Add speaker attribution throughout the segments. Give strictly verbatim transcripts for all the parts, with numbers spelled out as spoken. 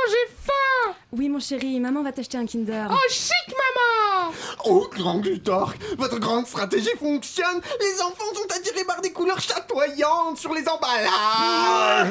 Speaker 1: j'ai faim.
Speaker 2: Oui, mon chéri, maman va t'acheter un Kinder.
Speaker 1: Oh, chic, maman.
Speaker 3: Oh, grand Glutorque, votre grande stratégie fonctionne. Les enfants sont attirés par des couleurs chatoyantes sur les emballages.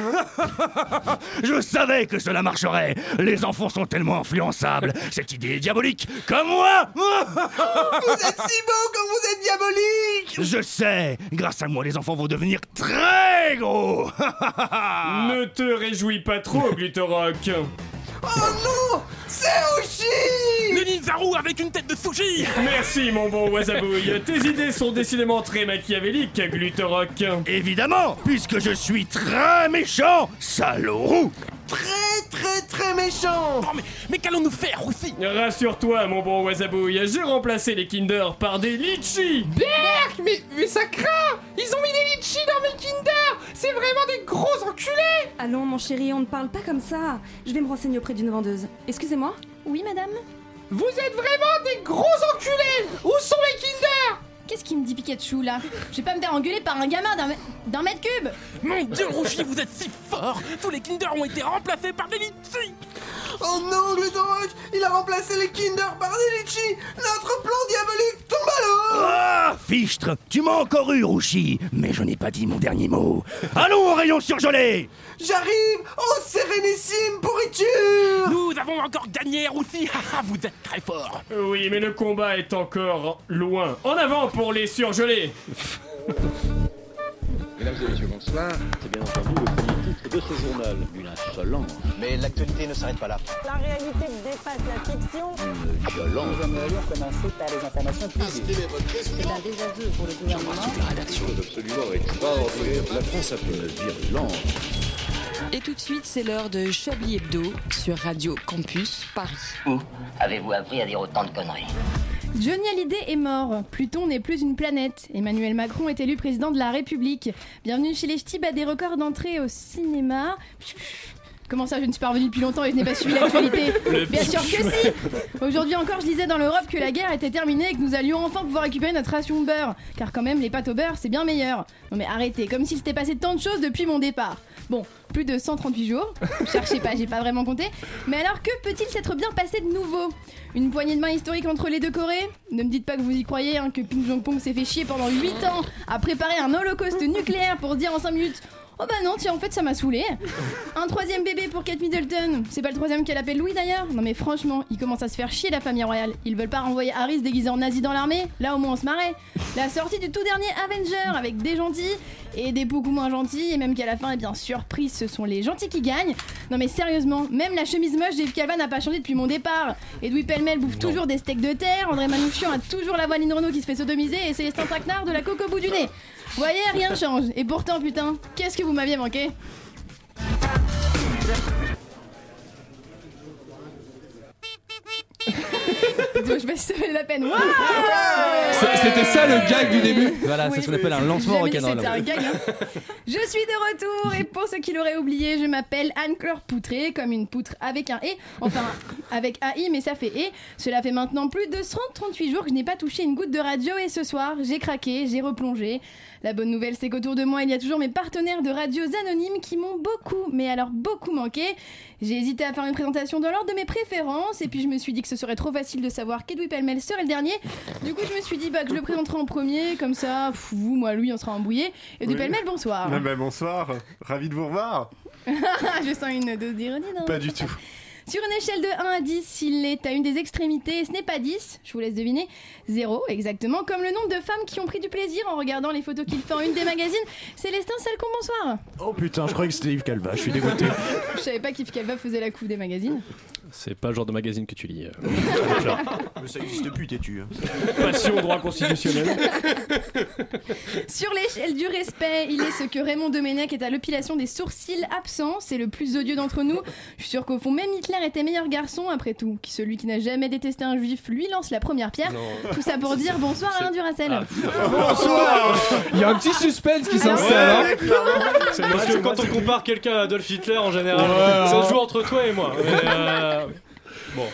Speaker 4: Je savais que cela marcherait. Les enfants sont tellement influençables. Cette idée est diabolique, comme moi.
Speaker 3: Vous êtes si beau quand vous êtes diabolique.
Speaker 4: Je sais. Grâce à moi, les enfants vont devenir très gros.
Speaker 5: Ne te réjouis pas trop, Glutorok.
Speaker 3: Oh non, c'est Oshi.
Speaker 6: Le Ninjaru avec une tête de sushi.
Speaker 5: Merci, mon bon Wazabouille. Tes idées sont décidément très machiavéliques, Glutorok.
Speaker 4: Évidemment, puisque je suis très méchant, salaud.
Speaker 3: Très très très méchant.
Speaker 6: Oh mais, mais qu'allons-nous faire aussi?
Speaker 5: Rassure-toi, mon bon Wazabouille, j'ai remplacé les Kinder par des litchis.
Speaker 1: Berk, mais, mais ça craint. Ils ont mis des litchis dans mes Kinder. C'est vraiment des gros enculés.
Speaker 2: Allons, mon chéri, on ne parle pas comme ça. Je vais me renseigner auprès d'une vendeuse. Excusez-moi?
Speaker 7: Oui, madame?
Speaker 1: Vous êtes vraiment des gros enculés. Où sont les Kinder?
Speaker 7: Qu'est-ce qui me dit Pikachu là? Je vais pas me faire engueuler par un gamin d'un, d'un mètre cube.
Speaker 6: Mon dieu, Rouchi, vous êtes si fort. Tous les Kinder ont été remplacés par des litchis.
Speaker 3: Oh non, Glutorok, il a remplacé les Kinder par des litchis. Notre plan diabolique tombe à l'eau.
Speaker 4: Ah, Fichtre, tu m'as encore eu, Rouchi, mais je n'ai pas dit mon dernier mot. Allons au rayon surgelé.
Speaker 3: J'arrive. Oh, sérénissime pourriture.
Speaker 6: Nous avons encore gagné, Rouchi. Vous êtes très fort.
Speaker 5: Oui, mais le combat est encore loin. En avant pour les surgelés.
Speaker 8: Mesdames et messieurs, bonsoir.
Speaker 9: C'est bien entendu le premier titre de ce journal. Une insolence.
Speaker 8: Mais l'actualité ne s'arrête pas là.
Speaker 10: La réalité dépasse la fiction.
Speaker 9: Une violence.
Speaker 10: Nous aimerions commencer par les informations privées. C'est un désaveu pour le gouvernement.
Speaker 9: La rédaction est absolument extraordinaire. La France a fait une virulence.
Speaker 11: Et tout de suite, c'est l'heure de Chablis Hebdo sur Radio Campus Paris.
Speaker 12: Où avez-vous appris à dire autant de conneries?
Speaker 7: Johnny Hallyday est mort. Pluton n'est plus une planète. Emmanuel Macron est élu président de la République. Bienvenue chez les ch'tis, bat des records d'entrée au cinéma. Comment ça, je ne suis pas revenue depuis longtemps et je n'ai pas suivi l'actualité? Bien sûr que si. Aujourd'hui encore, je disais dans l'Europe que la guerre était terminée et que nous allions enfin pouvoir récupérer notre ration de beurre. Car quand même, les pâtes au beurre, c'est bien meilleur. Non mais arrêtez, comme s'il s'était passé tant de choses depuis mon départ. Bon, plus de cent trente-huit jours. Cherchez pas, j'ai pas vraiment compté. Mais alors, que peut-il s'être bien passé de nouveau? Une poignée de main historique entre les deux Corées? Ne me dites pas que vous y croyez, hein, que Kim Jong-un s'est fait chier pendant huit ans à préparer un holocauste nucléaire pour dire en cinq minutes: oh bah non, tiens, en fait ça m'a saoulé. Un troisième bébé pour Kate Middleton. C'est pas le troisième qu'elle appelle Louis d'ailleurs? Non mais franchement, ils commencent à se faire chier la famille royale. Ils veulent pas renvoyer Harry déguisé en nazi dans l'armée? Là au moins on se marrait. La sortie du tout dernier Avenger avec des gentils et des beaucoup moins gentils, et même qu'à la fin, eh bien surprise, ce sont les gentils qui gagnent. Non mais sérieusement, même la chemise moche d'Yves Calva n'a pas changé depuis mon départ. Edoui Pellemel bouffe non. toujours des steaks de terre, André Manouchian a toujours la voix Lynn Renaud qui se fait sodomiser, et Célestin Traquenard de la coque au bout du nez. Vous voyez, rien ne change. Et pourtant, putain, qu'est-ce que vous m'aviez manqué? Je sais pas si ça valait la peine. Wow,
Speaker 13: c'était ça le gag du début. Voilà, oui, ça s'appelle un lancement rock'n'roll.
Speaker 7: C'était un gag, hein. Je suis de retour, et pour ceux qui l'auraient oublié, je m'appelle Anne-Claire Poutré, comme une poutre avec un E, enfin avec A I, mais ça fait E. Cela fait maintenant plus de cent trente-huit jours que je n'ai pas touché une goutte de radio, et ce soir, j'ai craqué, j'ai replongé. La bonne nouvelle, c'est qu'autour de moi, il y a toujours mes partenaires de radios anonymes qui m'ont beaucoup, mais alors beaucoup manqué. J'ai hésité à faire une présentation dans l'ordre de mes préférences, et puis je me suis dit que ce serait trop facile de savoir qu'Edoui Pellemel serait le dernier. Du coup, je me suis dit bah, que je le présenterai en premier, comme ça, pff, vous, moi, lui, on sera embrouillés. Edoui oui. Pellemel, bonsoir.
Speaker 14: Ah bah, bonsoir, ravi de vous revoir.
Speaker 7: Je sens une dose d'ironie, non?
Speaker 14: Pas du tout.
Speaker 7: Sur une échelle de un à dix, il est à une des extrémités, ce n'est pas dix, je vous laisse deviner, zéro exactement, comme le nombre de femmes qui ont pris du plaisir en regardant les photos qu'il fait en une des magazines. Célestin Salcombe, bonsoir.
Speaker 13: Oh putain, je croyais que c'était Yves Calva, je suis dégoûté.
Speaker 7: Je savais pas qu'Yves Calva faisait la couve des magazines.
Speaker 13: C'est pas le genre de magazine que tu lis. Euh...
Speaker 14: Mais ça existe plus, têtu. Hein.
Speaker 5: Passion, droit constitutionnel.
Speaker 7: Sur l'échelle du respect, il est ce que Raymond Domenech est à l'épilation des sourcils absents. C'est le plus odieux d'entre nous. Je suis sûr qu'au fond, même Hitler était meilleur garçon, après tout. Qui celui qui n'a jamais détesté un juif, lui lance la première pierre. Non. Tout ça pour dire bonsoir Alain Duracell.
Speaker 13: Ah, bonsoir. Il y a un petit suspense qui s'installe.
Speaker 5: Ouais, hein. Parce que quand on compare quelqu'un à Adolf Hitler, en général, ouais, ça se joue entre toi et moi. Mais euh... Bon.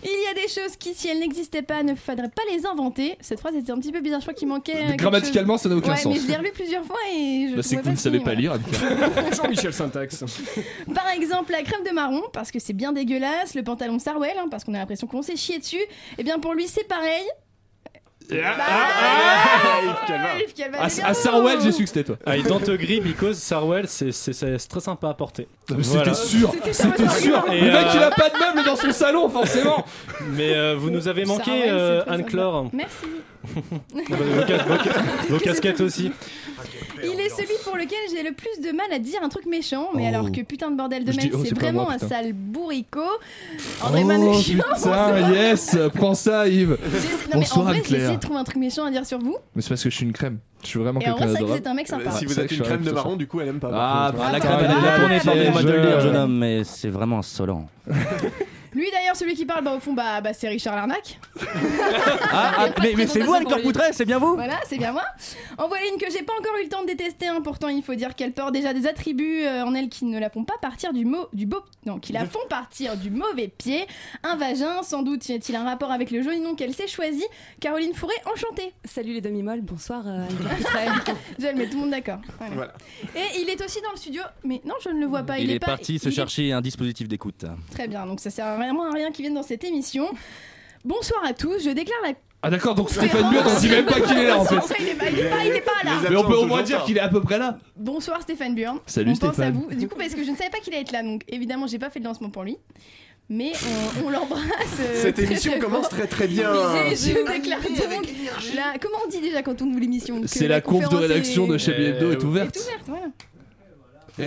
Speaker 7: Il y a des choses qui, si elles n'existaient pas, ne faudrait pas les inventer. Cette phrase était un petit peu bizarre, je crois qu'il manquait. euh, quelque
Speaker 15: Grammaticalement,
Speaker 7: chose.
Speaker 15: ça n'a aucun
Speaker 7: ouais,
Speaker 15: sens.
Speaker 7: mais je l'ai relu plusieurs fois et je.
Speaker 15: Bah, c'est que
Speaker 7: trouvais
Speaker 15: vous
Speaker 7: pas
Speaker 15: ne savez
Speaker 7: fini,
Speaker 15: pas
Speaker 7: voilà.
Speaker 15: lire.
Speaker 5: Jean-Michel Syntax.
Speaker 7: Par exemple, la crème de marron, parce que c'est bien dégueulasse. Le pantalon Sarwell, hein, parce qu'on a l'impression qu'on s'est chié dessus. Et bien pour lui, c'est pareil.
Speaker 15: Ah,
Speaker 7: Bah,
Speaker 15: ah, ah,
Speaker 7: Yves Calva. Yves Calva,
Speaker 15: À,
Speaker 7: c'est
Speaker 15: à
Speaker 7: bien
Speaker 15: Sarwell,
Speaker 7: beau.
Speaker 15: j'ai su que c'était toi.
Speaker 5: Ah, et dans Te Gris, because Sarwell, c'est, c'est, c'est très sympa à porter.
Speaker 15: Mais C'était sûr,
Speaker 7: C'était
Speaker 15: c'était
Speaker 7: ça,
Speaker 15: sûr.
Speaker 5: Et,
Speaker 15: Le mec,
Speaker 5: euh,
Speaker 15: il a pas de meuble dans son salon, forcément.
Speaker 5: Mais euh, vous nous avez manqué,
Speaker 7: Sarwell, c'est
Speaker 5: euh,
Speaker 7: très
Speaker 5: Anne-Claire.
Speaker 7: Merci.
Speaker 5: vos, cas- vos ca- vos casquettes aussi.
Speaker 7: Il est celui pour lequel j'ai le plus de mal à dire un truc méchant, mais
Speaker 15: Oh.
Speaker 7: alors que putain de bordel de
Speaker 15: Je
Speaker 7: mec,
Speaker 15: dis, oh,
Speaker 7: c'est
Speaker 15: c'est pas
Speaker 7: vraiment
Speaker 15: moi,
Speaker 7: un
Speaker 15: putain.
Speaker 7: sale bourricot. André
Speaker 15: Oh
Speaker 7: Manouchian.
Speaker 15: putain, yes, prends ça, Yves.
Speaker 7: J'essaie- Non mais en
Speaker 15: Bonsoir,
Speaker 7: vrai,
Speaker 15: Anne-Claire.
Speaker 7: j'essaie de trouver un truc méchant à dire sur vous.
Speaker 15: Mais c'est parce que je suis une crème. Je suis vraiment
Speaker 7: Et en
Speaker 15: quelqu'un
Speaker 7: vrai, c'est que
Speaker 15: d'adorable.
Speaker 7: vous êtes un mec sympa.
Speaker 3: Si
Speaker 15: c'est
Speaker 3: vous
Speaker 15: vrai
Speaker 3: êtes
Speaker 15: que
Speaker 3: une
Speaker 15: je suis
Speaker 3: crème de
Speaker 15: un
Speaker 3: marron, du coup, elle aime pas. par
Speaker 15: Ah,
Speaker 3: contre.
Speaker 15: bah,
Speaker 16: La
Speaker 7: Ah,
Speaker 16: crème,
Speaker 7: bah,
Speaker 16: elle est bien tournée,
Speaker 15: piège.
Speaker 16: pardonnez-moi de le dire, jeune homme, mais c'est vraiment insolent.
Speaker 7: Lui d'ailleurs, celui qui parle, bah au fond, bah, bah c'est Richard Larnac.
Speaker 16: Ah, ah, mais, mais c'est vous, Anne-Claire Poutret, c'est bien vous?
Speaker 7: Voilà, c'est bien moi. En voilà une que j'ai pas encore eu le temps de détester, hein. Pourtant il faut dire qu'elle porte déjà des attributs euh, en elle qui ne la font pas partir du mot, du beau, non, qui la font partir du mauvais pied. Un vagin, sans doute y a-t-il un rapport avec le joli nom qu'elle s'est choisi. Caroline Fourré, enchantée.
Speaker 2: Salut les demi-molles, bonsoir euh, Anne-Claire Poutret.
Speaker 7: Je vais le mettre tout le monde d'accord. Voilà.
Speaker 3: Voilà.
Speaker 7: Et il est aussi dans le studio, mais non, je ne le vois pas.
Speaker 16: Il, est,
Speaker 7: pas,
Speaker 16: parti se
Speaker 7: il est-
Speaker 16: chercher un dispositif d'écoute.
Speaker 7: Très bien, donc ça sert vraiment à rien qu'il vienne dans cette émission. Bonsoir à tous, je déclare la.
Speaker 15: Ah d'accord, donc Stéphane Burn, on dit même pas qu'il est là en fait.
Speaker 7: Il est pas, il est pas, il est pas là.
Speaker 15: Mais on peut au moins dire qu'il est à peu près là.
Speaker 7: Bonsoir Stéphane Burn.
Speaker 15: Salut,
Speaker 7: on pense à
Speaker 15: Stéphane.
Speaker 7: vous. Du coup, parce que je ne savais pas qu'il allait être là, donc évidemment, j'ai pas fait de lancement pour lui. Mais on, on l'embrasse. euh,
Speaker 3: Cette
Speaker 7: très,
Speaker 3: émission
Speaker 7: très
Speaker 3: commence
Speaker 7: fort.
Speaker 3: très très bien.
Speaker 7: Je, je déclare donc la- comment on dit déjà quand on ouvre l'émission que
Speaker 15: C'est la conf de
Speaker 7: conférence
Speaker 15: rédaction
Speaker 7: est-
Speaker 15: de Chablis Hebdo est
Speaker 7: est
Speaker 15: ouverte.
Speaker 7: ouverte, voilà.
Speaker 16: Et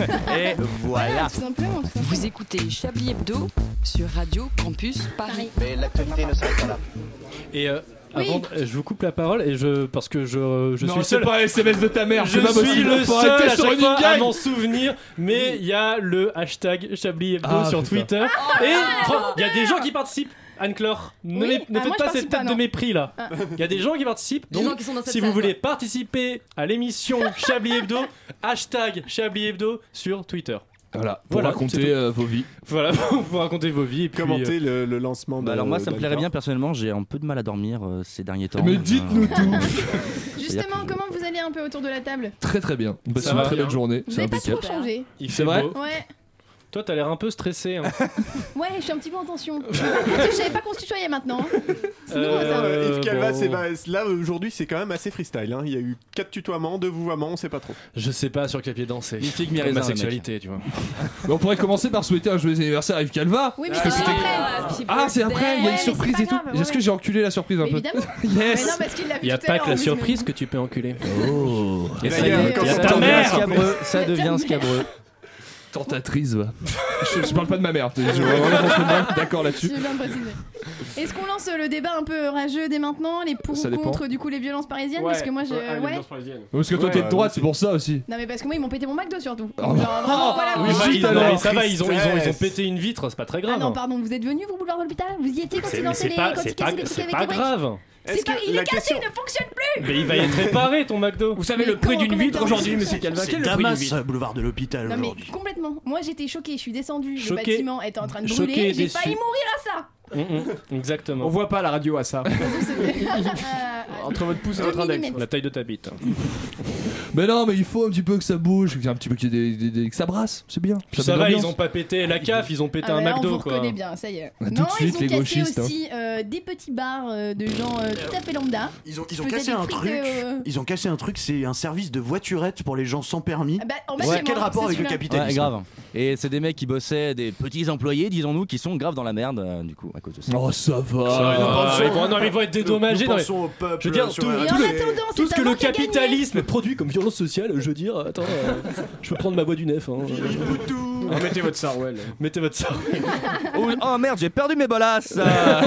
Speaker 7: Voilà, tout simplement. tout simplement.
Speaker 11: Vous écoutez Chablis Hebdo sur Radio Campus Paris.
Speaker 8: Mais l'actualité ne s'arrête pas là.
Speaker 5: Et euh,
Speaker 7: Oui.
Speaker 5: avant, euh, je vous coupe la parole et je parce que je je
Speaker 15: Non,
Speaker 5: suis le
Speaker 15: c'est
Speaker 5: seul.
Speaker 15: pas un S M S de ta mère,
Speaker 5: Je
Speaker 15: c'est pas
Speaker 5: suis
Speaker 15: possible.
Speaker 5: le
Speaker 15: Faut
Speaker 5: seul
Speaker 15: arrêter
Speaker 5: à
Speaker 15: ce
Speaker 5: chaque
Speaker 15: running
Speaker 5: fois à
Speaker 15: gag.
Speaker 5: m'en souvenir, mais il y a le hashtag Chablis Hebdo
Speaker 15: Ah,
Speaker 5: sur
Speaker 15: putain.
Speaker 5: Twitter et fran- il y a des gens qui participent. Anne-Claire, ne,
Speaker 7: Oui.
Speaker 5: mé- ne
Speaker 7: Ah,
Speaker 5: faites
Speaker 7: moi, je
Speaker 5: pas
Speaker 7: participe
Speaker 5: cette
Speaker 7: pas,
Speaker 5: tête de
Speaker 7: non.
Speaker 5: mépris là.
Speaker 7: Ah.
Speaker 5: Il y a des gens qui participent.
Speaker 2: Des
Speaker 5: Donc,
Speaker 2: gens qui sont dans cette
Speaker 5: si
Speaker 2: salle,
Speaker 5: vous voulez
Speaker 2: quoi.
Speaker 5: participer à l'émission Chablis Hebdo, hashtag Chablis Hebdo sur Twitter.
Speaker 15: Voilà, pour
Speaker 5: Voilà, c'est
Speaker 15: raconter
Speaker 5: tout.
Speaker 15: euh, vos vies.
Speaker 5: Voilà, vous racontez vos vies et puis,
Speaker 3: Commenter
Speaker 5: euh,
Speaker 3: le, le lancement de.
Speaker 16: Bah alors moi ça me plairait
Speaker 3: d'Anne-Claire.
Speaker 16: bien personnellement, j'ai un peu de mal à dormir euh, ces derniers temps.
Speaker 15: Mais dites-nous
Speaker 16: Euh,
Speaker 15: tout.
Speaker 7: Justement, comment vous allez un peu autour de la table?
Speaker 15: Très très bien. On passe
Speaker 5: Ça
Speaker 15: une
Speaker 5: va
Speaker 15: très
Speaker 5: bien.
Speaker 15: belle journée.
Speaker 7: Vous
Speaker 15: C'est
Speaker 7: n'avez pas trop
Speaker 15: impeccable.
Speaker 7: changé.
Speaker 5: il
Speaker 15: C'est
Speaker 5: fait
Speaker 15: vrai
Speaker 5: beau.
Speaker 7: Ouais,
Speaker 5: Toi, t'as l'air un peu stressé. Hein.
Speaker 7: ouais, je suis un petit peu en tension. Je savais pas qu'on se tutoyait maintenant. hein. C'est nouveau ça.
Speaker 5: Euh,
Speaker 3: Yves Calva,
Speaker 5: bon.
Speaker 3: c'est pas- là aujourd'hui, c'est quand même assez freestyle. Hein. Il y a eu quatre tutoiements, deux vouvoiements, on sait pas trop.
Speaker 5: Je sais pas sur quel pied danser.
Speaker 16: Mi figue, mi
Speaker 5: Comme ma
Speaker 16: raisin, le mec.
Speaker 5: sexualité, tu vois.
Speaker 15: Mais on pourrait commencer par souhaiter un joyeux anniversaire à Yves Calva.
Speaker 7: Oui, mais
Speaker 15: Parce que
Speaker 7: c'est
Speaker 15: c'était-
Speaker 7: après.
Speaker 15: Ah, c'est après, il y a
Speaker 7: Ouais,
Speaker 15: une
Speaker 7: mais
Speaker 15: surprise
Speaker 7: c'est
Speaker 15: et
Speaker 7: pas
Speaker 15: tout.
Speaker 7: grave, ouais,
Speaker 15: Est-ce que
Speaker 7: ouais.
Speaker 15: j'ai enculé la surprise un peu?
Speaker 7: Évidemment.
Speaker 15: Yes.
Speaker 7: Mais non, parce qu'il l'a vu
Speaker 5: Il y a
Speaker 7: tout à
Speaker 5: pas
Speaker 7: l'heure
Speaker 5: que la
Speaker 7: en résumé.
Speaker 5: surprise que tu peux enculer.
Speaker 16: Oh.
Speaker 5: Et ça y
Speaker 3: D'ailleurs,
Speaker 5: est,
Speaker 3: quand
Speaker 5: il y a
Speaker 3: ça
Speaker 5: ta
Speaker 3: tombe,
Speaker 5: mère.
Speaker 16: Scabreux, ça
Speaker 7: Ta
Speaker 16: devient
Speaker 7: mère.
Speaker 16: scabreux.
Speaker 15: Tentatrice, va. Je, je parle pas de ma mère. Je veux vraiment qu'on se mette d'accord là-dessus.
Speaker 7: J'ai bien précisé. Est-ce qu'on lance le débat un peu rageux dès maintenant, les pour
Speaker 15: Ça
Speaker 7: ou
Speaker 15: dépend.
Speaker 7: contre du coup les violences parisiennes? Parce que moi je.
Speaker 5: Ah, les
Speaker 7: Ouais.
Speaker 5: violences parisiennes.
Speaker 15: Parce que toi
Speaker 3: Ouais,
Speaker 15: t'es de
Speaker 3: ouais,
Speaker 15: droite,
Speaker 3: moi
Speaker 15: c'est pour ça aussi.
Speaker 7: Non mais parce que moi ils m'ont pété mon McDo surtout.
Speaker 15: Oh.
Speaker 7: Genre vraiment voilà.
Speaker 5: Oui,
Speaker 7: vous-
Speaker 5: bah, ils-
Speaker 15: alors.
Speaker 5: non, mais ça va, ils ont, ils, ont, ils ont
Speaker 3: Tristesse.
Speaker 5: pété une vitre, c'est pas très
Speaker 7: Ah
Speaker 5: grave.
Speaker 7: non pardon, vous êtes venu vous boulevard de l'hôpital? Vous y étiez quand
Speaker 5: C'est
Speaker 7: il
Speaker 5: mais
Speaker 7: lançait
Speaker 5: c'est
Speaker 7: les
Speaker 5: pas,
Speaker 7: quand
Speaker 5: c'est
Speaker 7: il
Speaker 5: pas,
Speaker 7: cassait les trucs
Speaker 5: c'est
Speaker 7: avec
Speaker 5: pas
Speaker 7: les briques?
Speaker 5: grave.
Speaker 7: C'est
Speaker 3: Est-ce
Speaker 7: pas,
Speaker 3: que
Speaker 7: il
Speaker 3: la
Speaker 7: est cassé,
Speaker 3: question-
Speaker 7: il ne fonctionne plus.
Speaker 5: Mais il va être réparé ton McDo.
Speaker 6: Vous savez
Speaker 7: Mais
Speaker 6: le prix
Speaker 7: comment,
Speaker 6: d'une
Speaker 7: combien de
Speaker 6: vitre
Speaker 7: temps
Speaker 6: aujourd'hui,
Speaker 7: ça
Speaker 6: monsieur
Speaker 7: fait
Speaker 6: Calva?
Speaker 14: C'est
Speaker 6: Quel est le prix d'une
Speaker 14: Damas,
Speaker 6: vitre?
Speaker 14: boulevard de l'hôpital
Speaker 7: Non mais
Speaker 14: aujourd'hui.
Speaker 7: complètement. Moi j'étais choquée, je suis descendue, le
Speaker 5: Choquée.
Speaker 7: bâtiment était en train de
Speaker 5: Choquée
Speaker 7: brûler,
Speaker 5: et
Speaker 7: j'ai
Speaker 5: déçue.
Speaker 7: failli mourir à ça.
Speaker 5: Hum, hum,
Speaker 6: On
Speaker 5: Exactement.
Speaker 6: voit pas la radio à ça. Entre votre pouce et votre index.
Speaker 5: La taille de ta bite.
Speaker 15: Mais non, mais il faut un petit peu que ça bouge, qu'il y ait un petit peu qu'il y ait des, des- des- que ça brasse, c'est bien.
Speaker 5: Puis
Speaker 15: Ça
Speaker 5: ça
Speaker 15: met
Speaker 5: va,
Speaker 15: l'ambiance.
Speaker 5: ils ont pas pété la caf, ils ont pété
Speaker 7: Ah
Speaker 5: un
Speaker 7: bah là, on
Speaker 5: McDo
Speaker 7: vous
Speaker 5: quoi.
Speaker 7: reconnaît bien, ça y est.
Speaker 15: Ah, tout
Speaker 7: non,
Speaker 15: de suite,
Speaker 7: ils ont
Speaker 15: les
Speaker 7: cassé
Speaker 15: gauchistes,
Speaker 7: aussi euh, des petits bars euh, de gens euh, tout à fait lambda.
Speaker 14: Ils ont, ils
Speaker 7: qui
Speaker 14: ont
Speaker 7: faisaient
Speaker 14: cassé
Speaker 7: des
Speaker 14: un
Speaker 7: frites,
Speaker 14: truc.
Speaker 7: euh,
Speaker 14: Ils ont cassé un truc, c'est un service de voiturette pour les gens sans permis.
Speaker 7: Ah bah, en bas
Speaker 14: Ouais.
Speaker 7: chez
Speaker 14: Quel
Speaker 7: moi,
Speaker 14: rapport
Speaker 7: c'est
Speaker 14: avec le
Speaker 7: celui-là.
Speaker 14: capitalisme?
Speaker 16: Ouais, grave. Et c'est des mecs qui bossaient, des petits employés, disons-nous, qui sont grave dans la merde, euh, du coup, à cause de ça.
Speaker 15: Oh, ça
Speaker 5: Ça
Speaker 15: va.
Speaker 5: va,
Speaker 3: pensons-
Speaker 5: ils vont- non, mais ils vont être dédommagés.
Speaker 14: Nous
Speaker 5: non, mais-
Speaker 14: pensons au peuple.
Speaker 5: Je veux dire,
Speaker 14: sur
Speaker 5: tout-
Speaker 14: la-
Speaker 7: Et
Speaker 5: tout
Speaker 7: en
Speaker 5: le-
Speaker 7: attendant,
Speaker 5: Tout ce
Speaker 7: c'est
Speaker 5: que
Speaker 7: un
Speaker 5: le
Speaker 7: manque à gagner.
Speaker 5: capitalisme produit comme violence sociale, je veux dire, attends, euh, je peux prendre ma voix du nef. Hein.
Speaker 6: Ah, mettez votre Sarwell.
Speaker 5: Mettez votre ça.
Speaker 16: Oh, oh merde, j'ai perdu mes bolasses.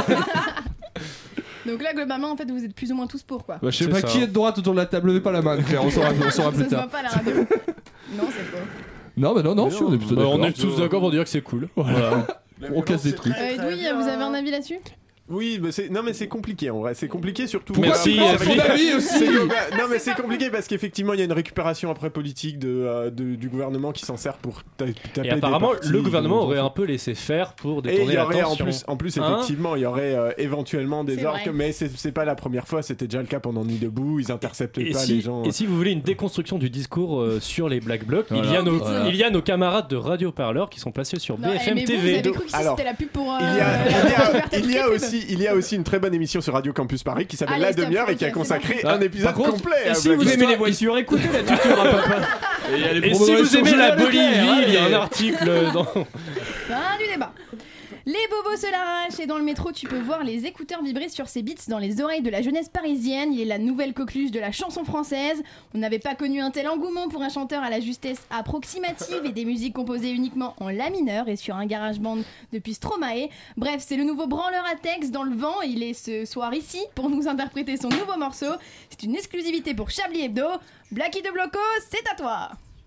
Speaker 7: Donc là, globalement, en fait, vous êtes plus ou moins tous pour quoi.
Speaker 15: Bah, je sais
Speaker 5: C'est
Speaker 15: pas
Speaker 5: ça.
Speaker 15: qui est de droite autour de la table, levez pas la main, Claire, on saura, on saura
Speaker 7: Ça
Speaker 15: plus
Speaker 7: se voit
Speaker 15: tard.
Speaker 7: pas à la radio. Non, c'est faux.
Speaker 15: Non, mais non, non, si, on est plutôt
Speaker 5: Bah,
Speaker 15: d'accord.
Speaker 5: on est tous d'accord pour dire que c'est cool. Voilà.
Speaker 15: On casse des trucs.
Speaker 7: Euh, Edoui, vous avez un avis là-dessus?
Speaker 3: Oui, mais c'est non mais c'est compliqué en vrai, c'est compliqué surtout.
Speaker 5: Merci.
Speaker 3: Merci.
Speaker 5: Merci
Speaker 3: aussi. Non mais c'est compliqué parce qu'effectivement il y a une récupération après politique de, euh, de du gouvernement qui s'en sert pour taper.
Speaker 5: Et apparemment,
Speaker 3: des
Speaker 5: le gouvernement
Speaker 3: de...
Speaker 5: aurait un peu laissé faire pour
Speaker 3: Et
Speaker 5: détourner
Speaker 3: il y aurait en
Speaker 5: l'attention.
Speaker 3: plus, en plus
Speaker 5: Hein
Speaker 3: effectivement, il y aurait euh, éventuellement des
Speaker 7: C'est
Speaker 3: ordres,
Speaker 7: vrai.
Speaker 3: mais c'est c'est pas la première fois, c'était déjà le cas pendant Nuit debout, ils interceptent
Speaker 5: Et
Speaker 3: pas
Speaker 5: si,
Speaker 3: les gens.
Speaker 5: et si vous voulez une déconstruction du discours euh, sur les Black Blocs,
Speaker 15: Voilà.
Speaker 5: il, y a nos,
Speaker 15: Voilà.
Speaker 5: il y a nos camarades de Radio Parleur qui sont placés sur
Speaker 7: Non,
Speaker 5: B F M
Speaker 7: mais vous, vous
Speaker 5: T V.
Speaker 7: avez cru que ici,
Speaker 3: Alors,
Speaker 7: c'était la pub pour. euh,
Speaker 3: Il y a,
Speaker 7: la
Speaker 3: il y a-
Speaker 7: couverture
Speaker 3: il y a
Speaker 7: pub.
Speaker 3: aussi, il y a aussi une très bonne émission sur Radio Campus Paris qui s'appelle
Speaker 7: Allez,
Speaker 3: La
Speaker 7: stop,
Speaker 3: demi-heure et
Speaker 7: ok,
Speaker 3: qui a
Speaker 7: c'est
Speaker 3: consacré
Speaker 15: bon.
Speaker 3: un
Speaker 15: Ah,
Speaker 3: épisode
Speaker 15: par contre,
Speaker 3: complet
Speaker 5: Et
Speaker 3: à
Speaker 5: si
Speaker 3: Black
Speaker 5: vous
Speaker 3: Bloc.
Speaker 5: aimez les voitures, écoutez la tuture à papa.
Speaker 15: Et, il y a les
Speaker 5: Et
Speaker 15: promos
Speaker 5: si
Speaker 15: dans les
Speaker 5: vous aimez la
Speaker 15: surgelés,
Speaker 5: Bolivie,
Speaker 15: hein,
Speaker 5: il y a un
Speaker 15: et-
Speaker 5: article dans.
Speaker 7: Fin du débat. Les bobos se l'arrachent et dans le métro tu peux voir les écouteurs vibrer sur ses beats dans les oreilles de la jeunesse parisienne. Il est la nouvelle coqueluche de la chanson française. On n'avait pas connu un tel engouement pour un chanteur à la justesse approximative et des musiques composées uniquement en la mineur et sur un garage band depuis Stromae. Bref, c'est le nouveau branleur à texte dans le vent et il est ce soir ici pour nous interpréter son nouveau morceau. C'est une exclusivité pour Chablis Hebdo. Blacky de Bloco, c'est à toi.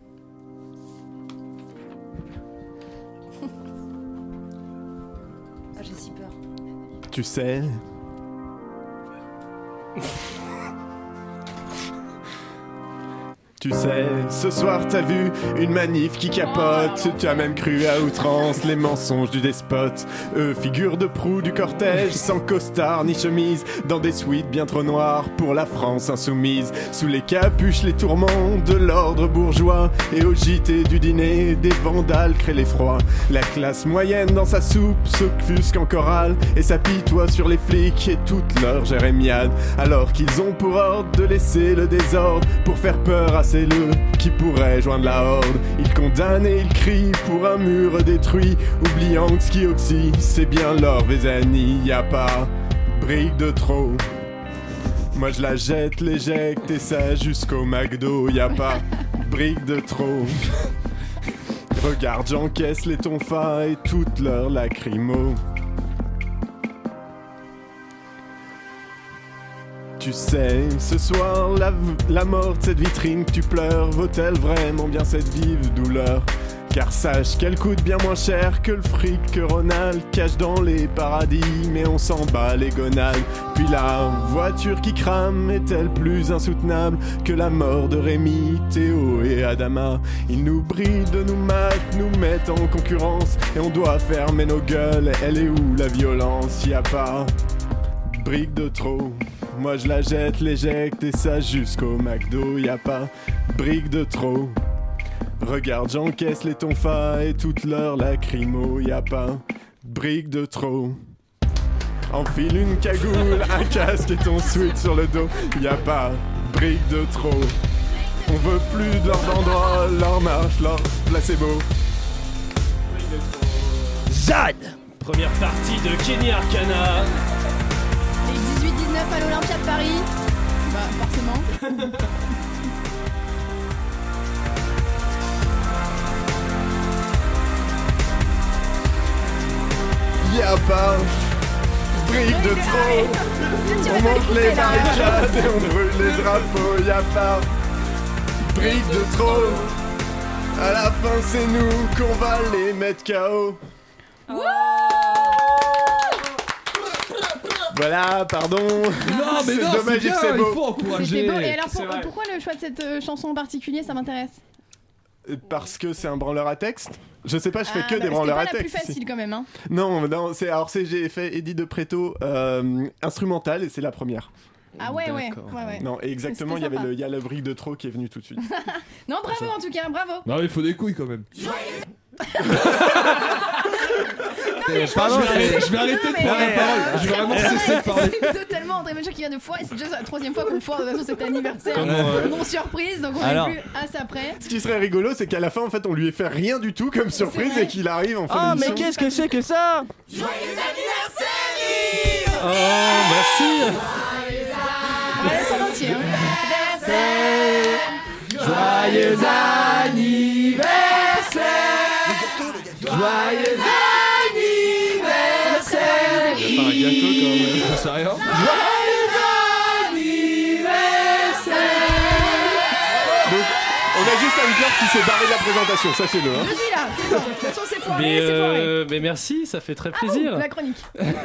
Speaker 2: Ah, j'ai si peur.
Speaker 3: Tu sais. Tu sais, ce soir t'as vu une manif qui capote. Tu as même cru à outrance les mensonges du despote. Eux, figure de proue du cortège, sans costard ni chemise, dans des suites bien trop noires pour la France insoumise. Sous les capuches, les tourments de l'ordre bourgeois. Et au J T du dîner, des vandales créent l'effroi. La classe moyenne dans sa soupe s'offusque en chorale et s'apitoie sur les flics et toute leur jérémiade. Alors qu'ils ont pour ordre de laisser le désordre pour faire peur à ces le qui pourrait joindre la horde. Ils condamnent et ils crient pour un mur détruit, oubliant que ce qui oxy, c'est bien leur Vézanie. Y a pas brique de trop. Moi je la jette, l'éjecte et ça jusqu'au McDo. Y a pas brique de trop. Regarde, j'encaisse les tonfas et toutes leurs lacrymos. Tu sais, ce soir, la, la mort de cette vitrine que tu pleures vaut-elle vraiment bien cette vive douleur? Car sache qu'elle coûte bien moins cher que le fric que Ronald cache dans les paradis, mais on s'en bat les gonades. Puis la voiture qui crame est-elle plus insoutenable que la mort de Rémi, Théo et Adama? Ils nous brident, nous matent, nous mettent en concurrence, et on doit fermer nos gueules. Elle est où la violence? Y a pas brique de trop. Moi je la jette, l'éjecte et ça jusqu'au McDo. Y a pas brique de trop. Regarde, j'encaisse les tonfas et toutes leurs lacrymos. Y a pas brique de trop. Enfile une cagoule, un casque et ton sweat sur le dos. Y a pas brique de trop. On veut plus de leurs banderoles, leur marche, leur placebo.
Speaker 5: Zad. Première partie de Kenny Arcana.
Speaker 7: Les dix-huit dix-neuf à l'Olympia de Paris. Bah, forcément.
Speaker 3: Y'a pas brique de trop. On monte les barricades et on brûle les drapeaux. Y'a pas brique de trop. À la fin c'est nous qu'on va les mettre K O. Voilà, pardon.
Speaker 15: Non, mais
Speaker 3: C'est
Speaker 15: non,
Speaker 3: dommage,
Speaker 15: c'est bien,
Speaker 3: c'est beau.
Speaker 15: il faut encourager.
Speaker 7: C'était beau. Et alors,
Speaker 5: C'est
Speaker 7: pour-
Speaker 5: vrai.
Speaker 7: pourquoi le choix de cette euh, chanson en particulier, ça m'intéresse?
Speaker 3: Parce que c'est un branleur à texte. Je sais pas, je fais
Speaker 7: Ah,
Speaker 3: que
Speaker 7: bah,
Speaker 3: des branleurs à
Speaker 7: c'était pas la plus
Speaker 3: texte.
Speaker 7: facile quand même, hein.
Speaker 3: Non, non, c'est alors c'est j'ai fait Eddie de Préto euh, instrumental et c'est la première.
Speaker 7: Ah ouais, ouais,
Speaker 5: D'accord.
Speaker 7: ouais, ouais.
Speaker 3: Non, et exactement, il y
Speaker 7: C'était
Speaker 3: avait
Speaker 7: sympa.
Speaker 3: le il y a le brique de trop qui est venu tout de suite.
Speaker 7: Non, bravo en tout cas, bravo.
Speaker 15: Non, il faut des couilles quand même.
Speaker 7: mais
Speaker 15: je, pardon,
Speaker 7: je vais-
Speaker 15: je vais- je vais arrêter de
Speaker 7: mais-
Speaker 15: prendre la parole. Je vais vraiment cesser de parler.
Speaker 7: C'est totalement André Manchot qui vient de foirer. C'est déjà la troisième fois qu'on foire de toute façon cet anniversaire.
Speaker 3: Comment, euh,
Speaker 7: Non surprise, donc on
Speaker 3: Alors.
Speaker 7: est plus à ça près.
Speaker 3: Ce qui serait rigolo, c'est qu'à la fin, en fait, on lui ait fait rien du tout comme surprise
Speaker 7: vrai.
Speaker 3: et qu'il arrive en fin
Speaker 16: Oh, mais
Speaker 3: d'émission.
Speaker 16: qu'est-ce que c'est que ça?
Speaker 5: Oh, merci.
Speaker 7: On va laisser en entier. Hein.
Speaker 1: Joyeux anniversaire. Joyeux anniversaire.
Speaker 15: Pas un gâteau quand même, j'en sais rien.
Speaker 1: Joyeux anniversaire.
Speaker 3: Donc, on a a juste Anne-Claire qui s'est barrée de la présentation, sachez-le. Hein.
Speaker 7: Je suis là, c'est bon. De toute façon, c'est foiré,
Speaker 5: Mais,
Speaker 7: c'est foiré.
Speaker 5: euh, mais merci, ça fait très
Speaker 7: Ah
Speaker 5: plaisir.
Speaker 7: bon, la chronique.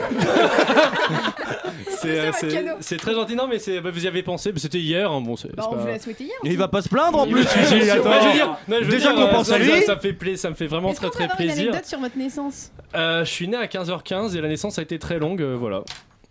Speaker 5: C'est, euh,
Speaker 7: C'est
Speaker 5: c'est,
Speaker 7: un cadeau.
Speaker 5: c'est très gentil, non mais c'est, bah, vous y avez pensé, mais c'était hier, hein, bon c'est,
Speaker 7: Bah,
Speaker 5: c'est
Speaker 7: on
Speaker 5: pas...
Speaker 7: vous l'a souhaité hier.
Speaker 16: Et il va pas se plaindre en plus,
Speaker 5: Ouais,
Speaker 16: Gigi,
Speaker 5: ouais,
Speaker 16: attends.
Speaker 5: je veux dire, non, je veux
Speaker 16: Déjà
Speaker 5: dire,
Speaker 16: qu'on
Speaker 5: euh,
Speaker 16: pense
Speaker 5: ça,
Speaker 16: à lui.
Speaker 5: ça, ça me fait pla- ça me fait vraiment
Speaker 7: Est-ce
Speaker 5: très
Speaker 7: qu'on peut
Speaker 5: très
Speaker 7: avoir une
Speaker 5: plaisir.
Speaker 7: anecdote sur votre naissance?
Speaker 5: Euh, je suis né à quinze heures quinze et la naissance a été très longue, euh, voilà.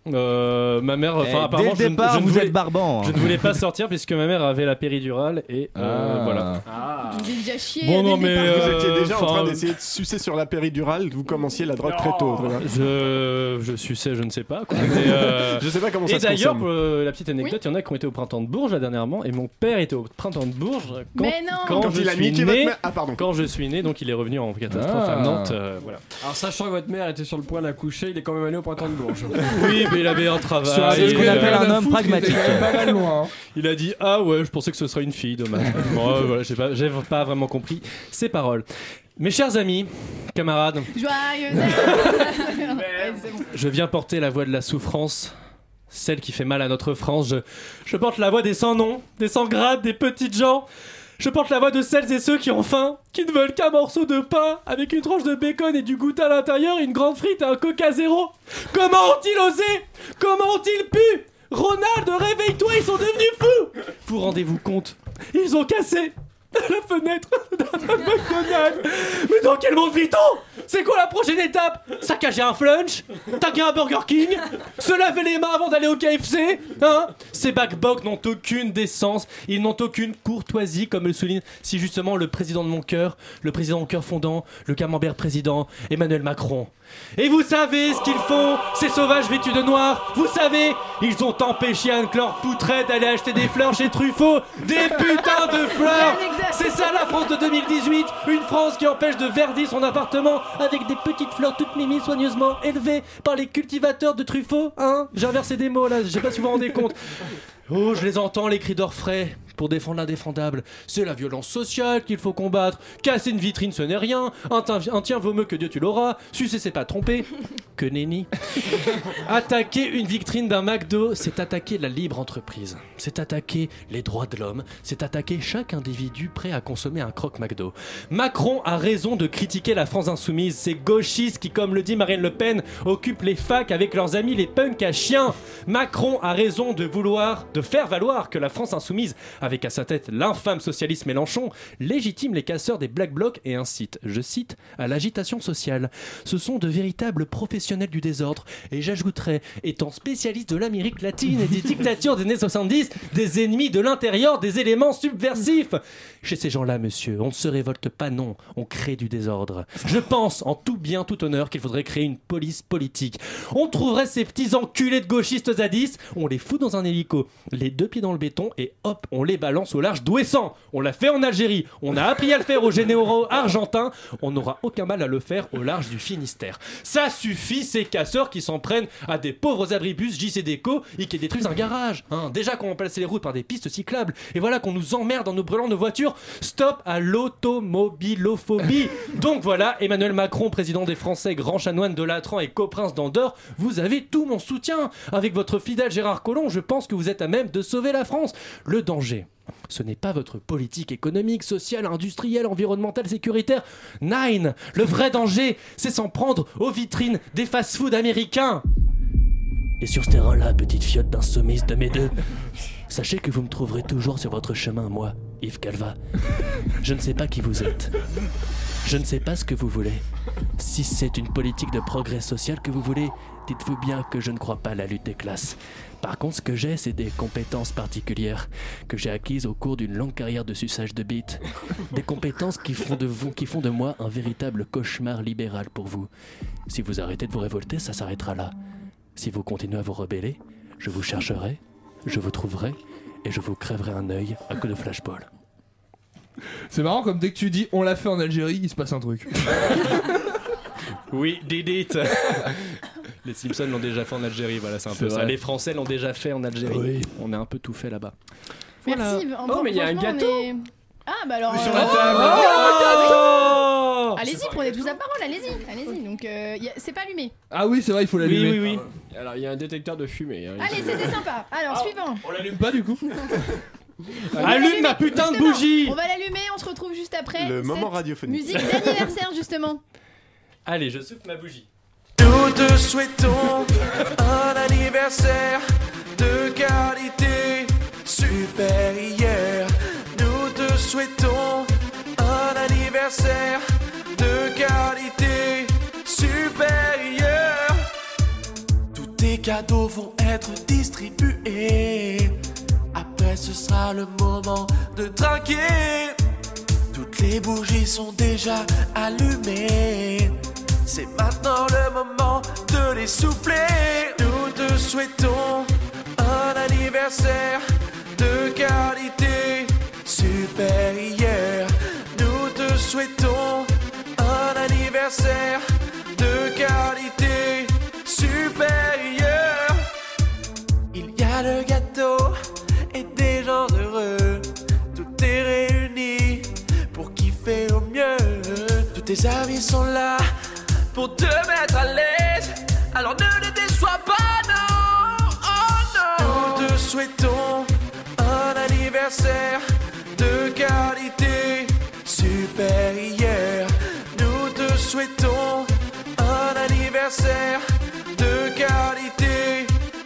Speaker 5: Euh, ma mère, enfin
Speaker 16: Eh,
Speaker 5: apparemment,
Speaker 16: dès le
Speaker 5: je, ne-
Speaker 16: départ,
Speaker 5: je ne
Speaker 16: vous
Speaker 5: voulais,
Speaker 16: êtes barbant.
Speaker 5: je ne voulais pas sortir puisque ma mère avait la péridurale et euh,
Speaker 15: Ah.
Speaker 5: voilà.
Speaker 7: Vous êtes déjà chié.
Speaker 5: Bon,
Speaker 7: dès
Speaker 5: non,
Speaker 7: le
Speaker 5: mais,
Speaker 7: départ.
Speaker 5: euh,
Speaker 3: Vous étiez déjà en
Speaker 5: enfin,
Speaker 3: train d'essayer de sucer sur la péridurale, vous commenciez la drogue très tôt. Voilà.
Speaker 5: Je, je suçais, je ne sais pas. Quoi. Mais, euh,
Speaker 3: Je sais pas comment
Speaker 5: et
Speaker 3: ça se
Speaker 5: d'ailleurs,
Speaker 3: consomme.
Speaker 5: pour euh, la petite anecdote, il y en a qui ont été au printemps de Bourges là, dernièrement, et mon père était au printemps de Bourges quand,
Speaker 7: Mais non.
Speaker 5: quand,
Speaker 3: Quand
Speaker 5: je
Speaker 3: il a
Speaker 5: suis
Speaker 3: niqué
Speaker 5: né.
Speaker 3: votre mère. Ah, pardon.
Speaker 5: Quand je suis né, donc il est revenu en catastrophe
Speaker 15: Ah.
Speaker 5: à Nantes. euh, voilà.
Speaker 17: Alors, sachant que votre mère était sur le point d'accoucher, il est quand même allé au printemps de Bourges.
Speaker 5: Oui, mais il avait un travail.
Speaker 15: Sur un
Speaker 5: il,
Speaker 15: ce qu'on
Speaker 5: euh,
Speaker 15: appelle
Speaker 16: un
Speaker 15: un
Speaker 16: homme
Speaker 15: homme
Speaker 16: pragmatique.
Speaker 15: Pas mal loin. hein.
Speaker 5: il a dit ah ouais, je pensais que ce serait une fille, dommage. Bon, euh, voilà, j'ai pas, j'ai pas vraiment compris ces paroles. Mes chers amis, camarades,
Speaker 7: Joyeux anniversaire. Ouais, c'est bon.
Speaker 5: je viens porter la voix de la souffrance, celle qui fait mal à notre France. Je, je porte la voix des sans-noms, des sans-grades, des petites gens. Je porte la voix de celles et ceux qui ont faim, qui ne veulent qu'un morceau de pain avec une tranche de bacon et du goûter à l'intérieur, une grande frite et un coca zéro. Comment ont-ils osé? Comment ont-ils pu? Ronald, réveille-toi, ils sont devenus fous! Vous rendez-vous compte? Ils ont cassé la fenêtre d'un McDonald's. Mais dans quel monde vit-on? C'est quoi la prochaine étape? Saccager un flunch? Taguer un Burger King? Se laver les mains avant d'aller au K F C? Hein? Ces backbox n'ont aucune décence, ils n'ont aucune courtoisie, comme le souligne si justement le président de mon cœur, le président de mon cœur fondant, le camembert président, Emmanuel Macron. Et vous savez ce qu'ils font, ces sauvages vêtus de noir? Vous savez, ils ont empêché Anne-Claire Poutret d'aller acheter des fleurs chez Truffaut. Des putains de fleurs! C'est ça la France de deux mille dix-huit. Une France qui empêche de verdir son appartement avec des petites fleurs toutes mimiques soigneusement élevées par les cultivateurs de Truffaut. Hein? J'ai inversé des mots là, je sais pas si vous vous rendez compte. Oh, je les entends, les cris d'orfraie. Pour défendre l'indéfendable, c'est la violence sociale qu'il faut combattre. Casser une vitrine, ce n'est rien. Un, tien- un tien vaut mieux que Dieu tu l'auras. Sucer, c'est pas tromper. Que nenni. Attaquer une vitrine d'un McDo, c'est attaquer la libre entreprise. C'est attaquer les droits de l'homme. C'est attaquer chaque individu prêt à consommer un croque McDo. Macron a raison de critiquer la France insoumise. Ces gauchistes qui, comme le dit Marine Le Pen, occupent les facs avec leurs amis les punks à chiens. Macron a raison de vouloir, de faire valoir que la France insoumise, avec à sa tête l'infâme socialiste Mélenchon, légitime les casseurs des Black Blocs et incite, je cite, à l'agitation sociale. Ce sont de véritables professionnels du désordre, et j'ajouterais, étant spécialiste de l'Amérique latine et des dictatures des années soixante-dix, des ennemis de l'intérieur, des éléments subversifs. Chez ces gens-là, monsieur, on ne se révolte pas, non, on crée du désordre. Je pense, en tout bien, tout honneur, qu'il faudrait créer une police politique. On trouverait ces petits enculés de gauchistes zadistes, on les fout dans un hélico, les deux pieds dans le béton, et hop, on les balance au large d'Ouessant. On l'a fait en Algérie, on a appris à le faire aux généraux argentins, on n'aura aucun mal à le faire au large du Finistère. Ça suffit, ces casseurs qui s'en prennent à des pauvres abribus J C Déco et qui détruisent un garage. Hein, déjà qu'on remplace les routes par des pistes cyclables, et voilà qu'on nous emmerde en nous brûlant nos voitures. Stop à l'automobilophobie. Donc voilà, Emmanuel Macron, président des Français, grand chanoine de Latran et coprince d'Andorre, vous avez tout mon soutien. Avec votre fidèle Gérard Collomb, je pense que vous êtes à même de sauver la France. Le danger, ce n'est pas votre politique économique, sociale, industrielle, environnementale, sécuritaire. Nine, le vrai danger, c'est s'en prendre aux vitrines des fast-food américains. Et sur ce terrain-là, petite fiotte d'insoumise de mes deux, sachez que vous me trouverez toujours sur votre chemin, moi, Yves Calva. Je ne sais pas qui vous êtes. Je ne sais pas ce que vous voulez. Si c'est une politique de progrès social que vous voulez, dites-vous bien que je ne crois pas à la lutte des classes. Par contre, ce que j'ai, c'est des compétences particulières que j'ai acquises au cours d'une longue carrière de suçage de bites. Des compétences qui font de vous, qui font de moi un véritable cauchemar libéral pour vous. Si vous arrêtez de vous révolter, ça s'arrêtera là. Si vous continuez à vous rebeller, je vous chercherai, je vous trouverai et je vous crèverai un œil à coups de flashball.
Speaker 15: C'est marrant comme dès que tu dis on l'a fait en Algérie, il se passe un truc.
Speaker 5: Oui, did it. Les Simpsons l'ont déjà fait en Algérie, voilà, c'est un
Speaker 15: C'est
Speaker 5: peu
Speaker 15: vrai.
Speaker 5: ça. Les Français l'ont déjà fait en Algérie.
Speaker 15: Oui.
Speaker 5: On a un peu tout fait là-bas.
Speaker 7: Merci. Yves.
Speaker 17: Oh, mais il y a un
Speaker 7: Franchement,
Speaker 17: gâteau.
Speaker 7: on est- Ah bah alors.
Speaker 17: Sur
Speaker 7: euh,
Speaker 17: la table.
Speaker 5: Oh
Speaker 7: Allez-y, prenez tous la parole, allez-y, allez-y. Donc euh, y a- c'est pas allumé.
Speaker 15: Ah oui, c'est vrai, il faut l'allumer.
Speaker 5: Oui, oui, oui.
Speaker 17: Alors, il y a un détecteur de fumée. hein.
Speaker 7: Allez, c'était sympa. Alors, suivant.
Speaker 15: On l'allume pas du coup.
Speaker 5: Allume ma putain de bougie.
Speaker 7: On va l'allumer, on se retrouve juste après.
Speaker 3: Le moment
Speaker 7: cette
Speaker 3: radiophonique.
Speaker 7: Musique d'anniversaire justement.
Speaker 5: Allez, je souffle ma bougie.
Speaker 18: Nous te souhaitons un anniversaire de qualité supérieure. Nous te souhaitons un anniversaire de qualité supérieure. Tous tes cadeaux vont être distribués. Après ce sera le moment de trinquer. Toutes les bougies sont déjà allumées. C'est maintenant le moment de les souffler. Nous te souhaitons un anniversaire de qualité supérieure. Nous te souhaitons un anniversaire de qualité supérieure. Il y a le gâteau et des gens heureux. Tout est réuni pour kiffer au mieux. Tous tes amis sont là pour te mettre à l'aise, alors ne les déçois pas, non, oh non. Nous te souhaitons un anniversaire de qualité supérieure. Nous te souhaitons un anniversaire de qualité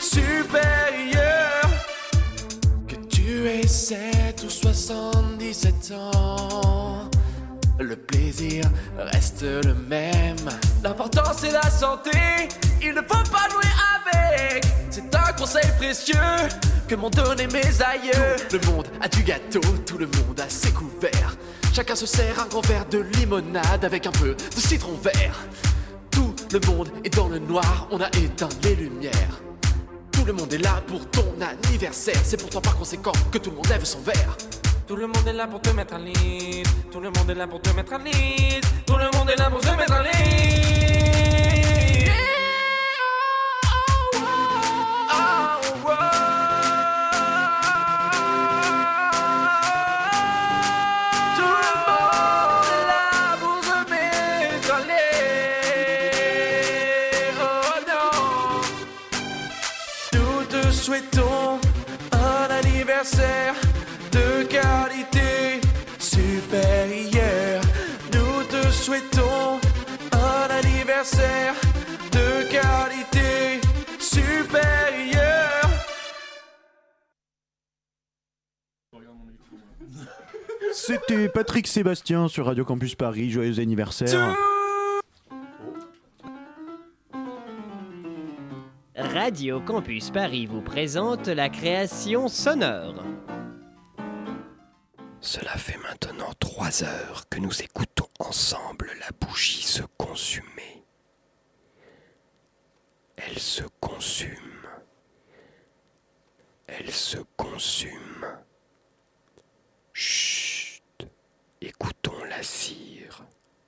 Speaker 18: supérieure. Que tu aies sept ou soixante-dix-sept ans, le plaisir reste le même. L'important c'est la santé, il ne faut pas jouer avec. C'est un conseil précieux que m'ont donné mes aïeux. Tout le monde a du gâteau, tout le monde a ses couverts. Chacun se sert un grand verre de limonade avec un peu de citron vert. Tout le monde est dans le noir, on a éteint les lumières. Tout le monde est là pour ton anniversaire. C'est pourtant par conséquent que tout le monde lève son verre.
Speaker 6: Tout le monde est là pour te mettre en ligne. Tout le monde est là pour te mettre en ligne. Tout le monde est là pour te mettre en ligne.
Speaker 18: Souhaitons un anniversaire de qualité supérieure. Nous te souhaitons un anniversaire de qualité supérieure.
Speaker 14: C'était Patrick Sébastien sur Radio Campus Paris. Joyeux anniversaire.
Speaker 19: Radio Campus Paris vous présente la création sonore.
Speaker 20: Cela fait maintenant trois heures que nous écoutons ensemble la bougie se consumer. Elle se consume. Elle se consume. Chut, écoutons la cire.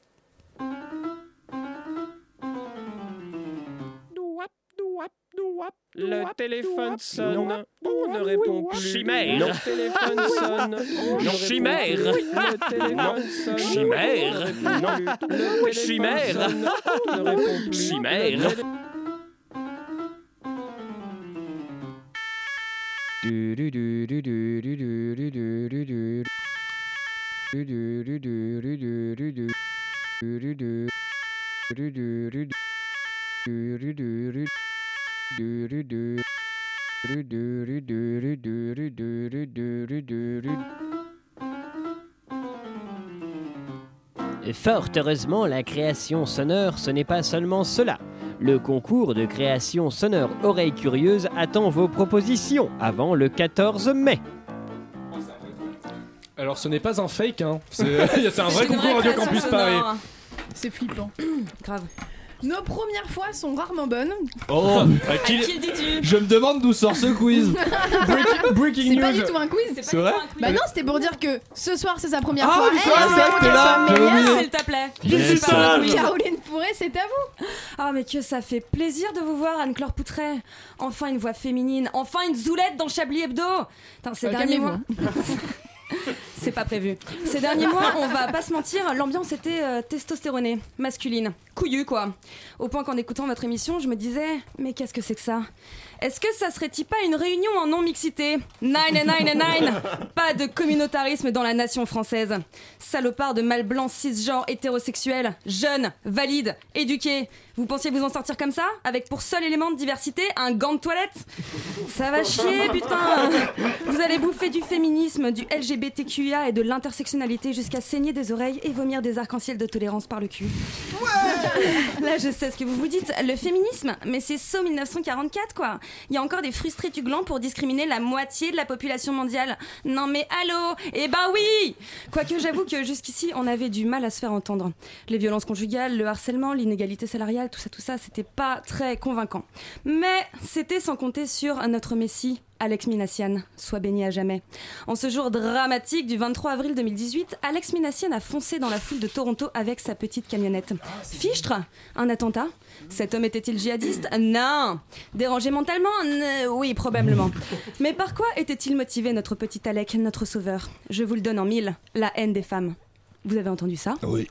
Speaker 17: Le téléphone sonne, on ne répond plus.
Speaker 6: Chimère.
Speaker 17: Le téléphone sonne, on ne
Speaker 6: Chimère.
Speaker 17: Le téléphone sonne,
Speaker 6: Chimère.
Speaker 17: on ne répond plus. Le téléphone
Speaker 6: Chimère.
Speaker 17: sonne, on ne répond plus.
Speaker 6: Chimère.
Speaker 17: Le télé-
Speaker 19: Du du du du du du du du du du du. Du du du du du du du du. Du du du. Du du du. Du du du. Du du du. Du du du du du du du du du du. Fort heureusement, la création sonore, ce n'est pas seulement cela. Le concours de création sonore Oreilles Curieuses attend vos propositions avant le quatorze mai.
Speaker 5: Alors ce n'est pas un fake, hein. C'est, c'est un vrai concours Radio Campus Paris.
Speaker 7: C'est flippant.
Speaker 2: Grave.
Speaker 7: Nos premières fois sont rarement bonnes.
Speaker 15: Oh,
Speaker 2: à qui, à qui le dis-tu?
Speaker 15: Je me demande d'où sort ce quiz.
Speaker 5: Breaking, breaking
Speaker 7: C'est
Speaker 5: news.
Speaker 7: pas du tout un quiz.
Speaker 15: C'est, c'est vrai?
Speaker 7: Bah non, c'était pour dire que ce soir c'est sa première
Speaker 15: ah,
Speaker 7: fois.
Speaker 15: Ah,
Speaker 7: Elle,
Speaker 15: c'est vrai,
Speaker 7: c'est
Speaker 15: t'es là.
Speaker 7: Caroline
Speaker 15: J'avais
Speaker 2: S'il te plaît.
Speaker 15: Digital.
Speaker 7: Caroline Pourret, c'est à vous.
Speaker 2: Ah mais que ça fait plaisir de vous voir, Anne-Claire Poutret. Enfin une voix féminine, enfin une zoulette dans Chablis Hebdo. Putain, ces
Speaker 7: Euh,
Speaker 2: derniers mois... c'est pas prévu. Ces derniers mois, on va pas se mentir, l'ambiance était euh, testostéronée, masculine, couillue quoi. Au point qu'en écoutant votre émission, je me disais, mais qu'est-ce que c'est que ça ? Est-ce que ça serait-il pas une réunion en non-mixité ? Nine and nine and nine. Pas de communautarisme dans la nation française. Salopard de mâles blancs cisgenres hétérosexuels, jeunes, valides, éduqués. Vous pensiez vous en sortir comme ça ? Avec pour seul élément de diversité un gant de toilette ? Ça va chier, putain ! Vous allez bouffer du féminisme, du L G B T Q I A et de l'intersectionnalité jusqu'à saigner des oreilles et vomir des arcs-en-ciel de tolérance par le cul. Ouais ! Là, je sais ce que vous vous dites. Le féminisme ? Mais c'est so mille neuf cent quarante-quatre, quoi. Il y a encore des frustrés tuglants pour discriminer la moitié de la population mondiale. Non mais allô ? Eh ben oui ! Quoique j'avoue que jusqu'ici, on avait du mal à se faire entendre. Les violences conjugales, le harcèlement, l'inégalité salariale, tout ça, tout ça, c'était pas très convaincant. Mais c'était sans compter sur notre messie, Alex Minassian, soit béni à jamais. En ce jour dramatique du vingt-trois avril deux mille dix-huit, Alex Minassian a foncé dans la foule de Toronto avec sa petite camionnette. Fichtre ? Un attentat ? Cet homme était-il djihadiste ? Non. Dérangé mentalement ? N- Oui, probablement. Mais par quoi était-il motivé, notre petit Alec, notre sauveur ? Je vous le donne en mille, la haine des femmes. Vous avez entendu ça ?
Speaker 15: Oui.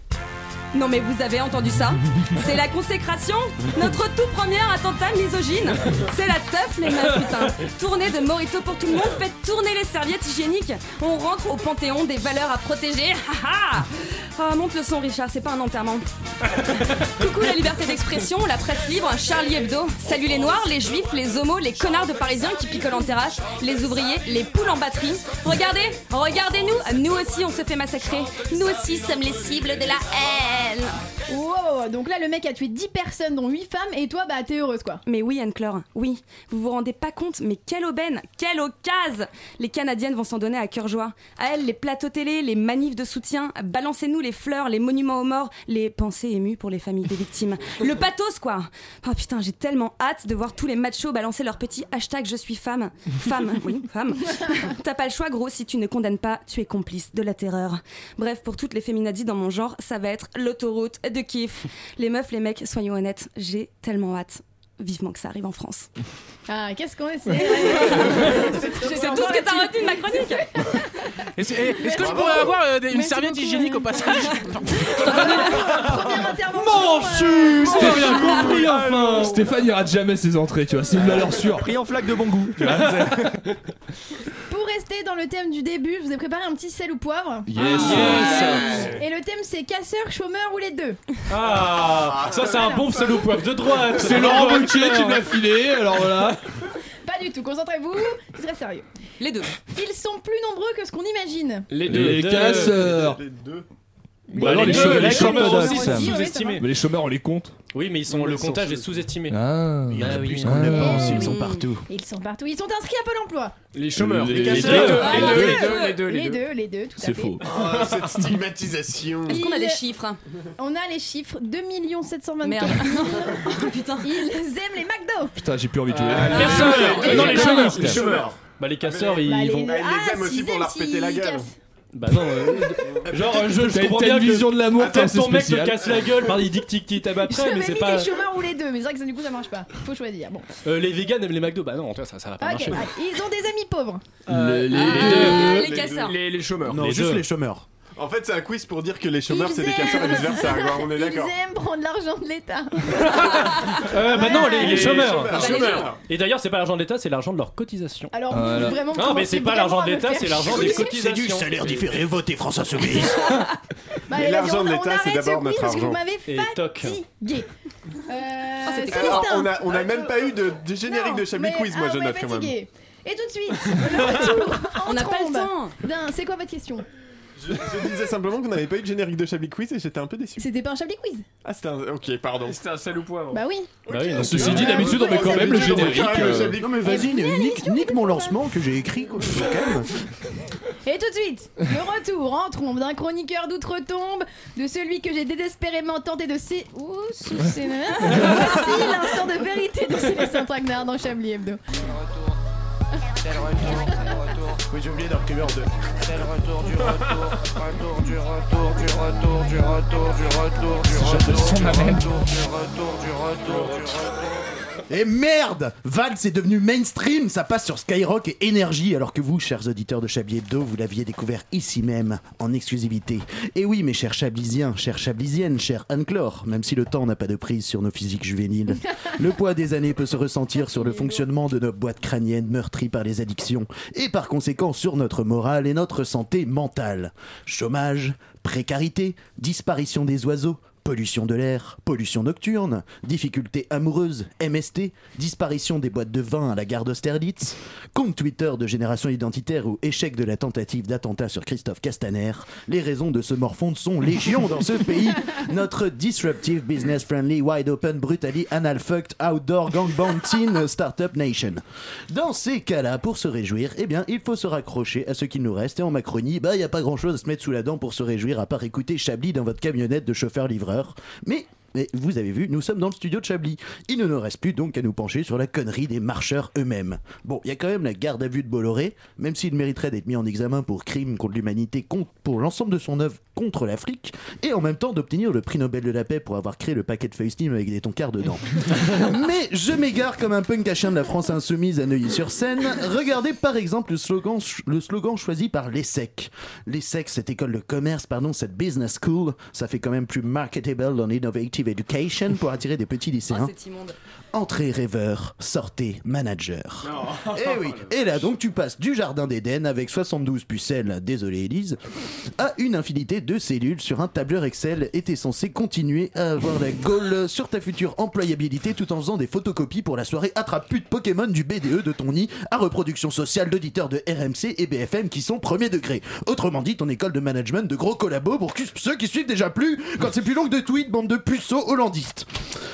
Speaker 2: Non mais vous avez entendu ça ? C'est la consécration ? Notre tout premier attentat misogyne ? C'est la teuf les meufs putain ! Tournée de Morito pour tout le monde, faites tourner les serviettes hygiéniques. On rentre au panthéon des valeurs à protéger. Ah ah, monte le son Richard, c'est pas un enterrement. Coucou la liberté d'expression, la presse libre, Charlie Hebdo. Salut les noirs, les juifs, les homos, les connards de parisiens qui picolent en terrasse, les ouvriers, les poules en batterie. Regardez, regardez-nous, nous aussi on se fait massacrer. Nous aussi sommes les cibles de la haine.
Speaker 7: Wow, donc là le mec a tué dix personnes dont huit femmes et toi bah t'es heureuse quoi.
Speaker 2: Mais oui Anne-Claire, oui, vous vous rendez pas compte, mais quelle aubaine, quelle occasion. Les Canadiennes vont s'en donner à cœur joie. À elles les plateaux télé, les manifs de soutien, balancez-nous les fleurs, les monuments aux morts, les pensées émues pour les familles des victimes. Le pathos quoi. Oh putain, j'ai tellement hâte de voir tous les machos balancer leur petit hashtag je suis femme. Femme, oui, femme. T'as pas le choix gros, si tu ne condamnes pas, tu es complice de la terreur. Bref, pour toutes les féminazis dans mon genre, ça va être l'autoroute de kiff. Les meufs, les mecs, soyons honnêtes, j'ai tellement hâte. Vivement que ça arrive en France.
Speaker 7: Ah, qu'est-ce qu'on essaie
Speaker 2: C'est tout ce que t'as retenu de ma chronique.
Speaker 21: Est-ce, est-ce que je pourrais avoir euh, des- une
Speaker 7: Merci
Speaker 21: serviette
Speaker 7: beaucoup,
Speaker 21: hygiénique
Speaker 7: euh.
Speaker 21: au passage
Speaker 7: Première intervention.
Speaker 5: Manchu
Speaker 15: C'était
Speaker 5: bien compris enfin.
Speaker 15: Stéphane il rate jamais ses entrées, tu vois, c'est une valeur sûre.
Speaker 16: Pris en flaque de bon goût. Tu vois, c'est-
Speaker 7: Pour rester dans le thème du début, je vous ai préparé un petit sel ou poivre.
Speaker 15: Yes.
Speaker 5: Yes.
Speaker 7: Et le thème c'est casseur, chômeur ou les deux.
Speaker 5: Ah, ça c'est un bon seul au poivre de droite.
Speaker 15: C'est Laurent Wauquiez qui me l'a filé, alors voilà.
Speaker 7: Pas du tout, concentrez-vous, c'est très sérieux.
Speaker 2: Les deux.
Speaker 7: Ils sont plus nombreux que ce qu'on imagine.
Speaker 5: Les
Speaker 15: Les casseurs.
Speaker 3: Les deux.
Speaker 15: Bah alors,
Speaker 5: les,
Speaker 15: les
Speaker 5: deux,
Speaker 15: chômeurs,
Speaker 5: les
Speaker 15: les
Speaker 5: chômeurs
Speaker 15: chômeurs
Speaker 5: aussi
Speaker 7: aussi,
Speaker 5: sont
Speaker 7: oui,
Speaker 5: sous-estimés.
Speaker 15: Mais les chômeurs on les compte.
Speaker 5: Oui, mais ils sont,
Speaker 3: Oui,
Speaker 5: le
Speaker 3: ils sont
Speaker 5: comptage est
Speaker 3: sous-
Speaker 5: sous-estimé.
Speaker 15: Ah.
Speaker 14: Il y en a
Speaker 3: Ah,
Speaker 14: plus
Speaker 3: oui.
Speaker 14: qu'on ne
Speaker 15: Ah.
Speaker 14: pense, ils
Speaker 7: Oui.
Speaker 14: sont partout.
Speaker 7: Ils sont partout, ils sont inscrits à Pôle emploi.
Speaker 17: Les chômeurs.
Speaker 15: Les-
Speaker 17: Les
Speaker 15: les
Speaker 17: casseurs.
Speaker 15: deux.
Speaker 17: Les deux,
Speaker 7: Ah,
Speaker 17: les deux, les deux,
Speaker 7: Les
Speaker 17: les deux.
Speaker 7: deux, les deux, tout à
Speaker 15: C'est
Speaker 7: fait.
Speaker 15: faux.
Speaker 3: Oh, cette stigmatisation.
Speaker 2: Est-ce qu'on a
Speaker 7: Il-
Speaker 2: des chiffres ?
Speaker 7: On a les chiffres deux millions sept cent vingt-quatre
Speaker 2: Merde.
Speaker 7: mille.
Speaker 2: Putain.
Speaker 7: Ils aiment les McDo.
Speaker 15: Putain, j'ai plus envie de jouer.
Speaker 5: Personne.
Speaker 17: Les
Speaker 5: Non, les
Speaker 17: chômeurs.
Speaker 5: chômeurs.
Speaker 17: Les chômeurs.
Speaker 5: Bah les casseurs ils
Speaker 7: Bah, les-
Speaker 5: vont.
Speaker 3: Ah, ils les
Speaker 7: Ah,
Speaker 3: aiment aussi
Speaker 7: s'ils
Speaker 3: pour leur
Speaker 7: aiment,
Speaker 3: péter la
Speaker 7: s'ils
Speaker 3: gueule.
Speaker 7: cassent.
Speaker 5: Bah non. euh, Genre euh, je, je
Speaker 15: T'as
Speaker 5: comprends
Speaker 15: t'as
Speaker 5: bien
Speaker 15: une
Speaker 5: que
Speaker 15: vision de l'amour,
Speaker 5: quand
Speaker 15: t'es assez
Speaker 5: ton mec te
Speaker 15: spécial.
Speaker 5: casse la gueule, par il dit que tic tic tape après, mais
Speaker 7: J'avais
Speaker 5: c'est
Speaker 7: mis
Speaker 5: pas.
Speaker 7: les chômeurs ou les deux, mais c'est vrai que ça, du coup ça marche pas. Faut choisir. Bon.
Speaker 5: Euh, les vegans aiment les McDo. Bah non, toi, ça ça va pas
Speaker 7: Ok.
Speaker 5: marcher.
Speaker 7: Ils ont des amis pauvres.
Speaker 15: Les- les
Speaker 2: Ah,
Speaker 15: deux.
Speaker 2: les casseurs.
Speaker 17: Les, les chômeurs.
Speaker 14: Non,
Speaker 5: Les
Speaker 14: juste
Speaker 5: deux.
Speaker 14: les chômeurs.
Speaker 3: En fait, c'est un quiz pour dire que les chômeurs,
Speaker 7: Ils
Speaker 3: c'est des
Speaker 7: aiment-
Speaker 3: casseurs et vice-versa. quoi, On est d'accord.
Speaker 7: Ils aiment prendre l'argent de l'État.
Speaker 5: Euh, bah non, les, les
Speaker 17: Les
Speaker 5: chômeurs.
Speaker 3: chômeurs.
Speaker 2: Bah, les
Speaker 3: chômeurs.
Speaker 5: Et d'ailleurs, c'est pas l'argent de l'État, c'est l'argent de leur cotisation.
Speaker 7: Alors
Speaker 15: Voilà.
Speaker 7: vous, vraiment.
Speaker 5: Non, mais c'est pas l'argent de
Speaker 7: vraiment à
Speaker 5: l'État,
Speaker 7: me
Speaker 5: c'est
Speaker 7: faire
Speaker 5: l'argent
Speaker 7: chier.
Speaker 5: des cotisations.
Speaker 14: différé, votez France Insoumise.
Speaker 7: Bah,
Speaker 3: Et
Speaker 7: il a
Speaker 3: l'argent
Speaker 7: dit,
Speaker 3: de
Speaker 7: on-
Speaker 3: l'État,
Speaker 7: on
Speaker 3: c'est
Speaker 7: arrête
Speaker 3: d'abord
Speaker 7: ce
Speaker 3: notre
Speaker 7: quiz parce que
Speaker 3: argent.
Speaker 7: vous m'avez
Speaker 5: Et toc.
Speaker 7: fatigué. Euh,
Speaker 2: c'était
Speaker 7: Célestin.
Speaker 3: Alors, on a, on a même pas eu de, de générique
Speaker 7: Non,
Speaker 3: de Chablis
Speaker 7: mais-
Speaker 3: Quiz, moi
Speaker 7: ah,
Speaker 3: je
Speaker 7: ouais,
Speaker 3: note quand même.
Speaker 7: fatigué. Et tout de suite, le retour en
Speaker 2: On n'a pas le
Speaker 7: trombe
Speaker 2: temps.
Speaker 7: d'un- C'est quoi votre question?
Speaker 3: Je, je disais simplement qu'on n'avait pas eu de générique de Chablis Quiz et j'étais un peu déçu.
Speaker 7: C'était pas un Chablis Quiz?
Speaker 3: Ah, c'était un. Ok, pardon.
Speaker 17: C'était un sel ou poivre.
Speaker 7: Bah oui.
Speaker 5: Bah oui,
Speaker 3: Ok,
Speaker 5: donc,
Speaker 15: Ceci
Speaker 5: euh,
Speaker 15: dit, d'habitude, on met quand même le
Speaker 3: D'habitude, on met
Speaker 15: générique.
Speaker 3: quand même le
Speaker 15: euh,
Speaker 3: Chablis
Speaker 14: Non mais vas-y, nique, nique mon lancement que j'ai écrit quoi. Calme.
Speaker 7: Et tout de suite, le retour en trombe d'un chroniqueur d'outre-tombe, de celui que j'ai désespérément tenté de sé... Ouh, sous ses nerfs. Voici l'instant de vérité de Célestin Traquenard dans Chablis Hebdo.
Speaker 8: C'est le retour, c'est le retour.
Speaker 14: Oui, j'ai oublié d'imprimer en deux.
Speaker 8: C'est le retour du retour. Retour du retour, du retour, du retour, du retour, du retour, du retour, du retour, du retour, du retour, du retour.
Speaker 14: Et merde, Vals est devenu mainstream, ça passe sur Skyrock et Énergie, alors que vous, chers auditeurs de Chablis Hebdo, vous l'aviez découvert ici même, en exclusivité. Et oui, mes chers Chablisiens, chères Chablisiennes, chers Anne-Clore, même si le temps n'a pas de prise sur nos physiques juvéniles, le poids des années peut se ressentir sur le fonctionnement de nos boîtes crâniennes meurtries par les addictions, et par conséquent sur notre morale et notre santé mentale. Chômage, précarité, disparition des oiseaux, pollution de l'air, pollution nocturne, difficultés amoureuses, M S T, disparition des boîtes de vin à la gare d'Austerlitz, compte Twitter de Génération Identitaire ou échec de la tentative d'attentat sur Christophe Castaner. Les raisons de ce morfondre sont légion dans ce pays. Notre disruptive, business-friendly, wide-open, brutally anal-fucked, outdoor gangbang teen startup nation. Dans ces cas-là, pour se réjouir, eh bien, il faut se raccrocher à ce qu'il nous reste. Et en Macronie, bah, il n'y a pas grand-chose à se mettre sous la dent pour se réjouir, à part écouter Chablis dans votre camionnette de chauffeur-livreur. Mais, mais vous avez vu, nous sommes dans le studio de Chablis. Il ne nous reste plus donc qu'à nous pencher sur la connerie des marcheurs eux-mêmes. Bon, il y a quand même la garde à vue de Bolloré, même s'il mériterait d'être mis en examen pour crime contre l'humanité, contre, pour l'ensemble de son œuvre contre l'Afrique, et en même temps d'obtenir le prix Nobel de la paix pour avoir créé le paquet de feuilles Steam avec des toncards dedans. Mais je m'égare comme un punk à chien de la France insoumise à Neuilly-sur-Seine. Regardez par exemple le slogan, le slogan choisi par l'ESSEC. L'ESSEC, cette école de commerce, pardon, cette business school, ça fait quand même plus marketable than innovative education pour attirer des petits lycéens.
Speaker 2: Oh, c'est immonde.
Speaker 14: Entrez rêveur, sortez manager. Et oui, et là donc tu passes du jardin d'Éden avec soixante-douze pucelles, désolé Élise, à une infinité de cellules sur un tableur Excel, et t'es censé continuer à avoir la gaule sur ta future employabilité tout en faisant des photocopies pour la soirée attrape-pute Pokémon du B D E de ton nid à reproduction sociale d'auditeurs de R M C et B F M qui sont premier degré. Autrement dit, ton école de management de gros collabos pour ceux qui suivent déjà plus quand c'est plus long que de tweets, bande de puceaux hollandistes.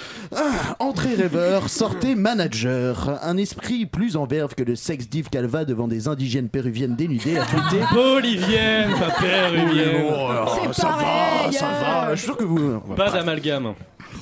Speaker 14: Ah, entrez rêveur, sortez manager. Un esprit plus en verve que le sexe d'Yves Calva devant des indigènes péruviennes dénudées a tweeté.
Speaker 5: Bolivienne, pas péruvienne.
Speaker 14: Oh, oh, ça va, ça va. Je suis sûr que vous.
Speaker 5: Pas d'amalgame.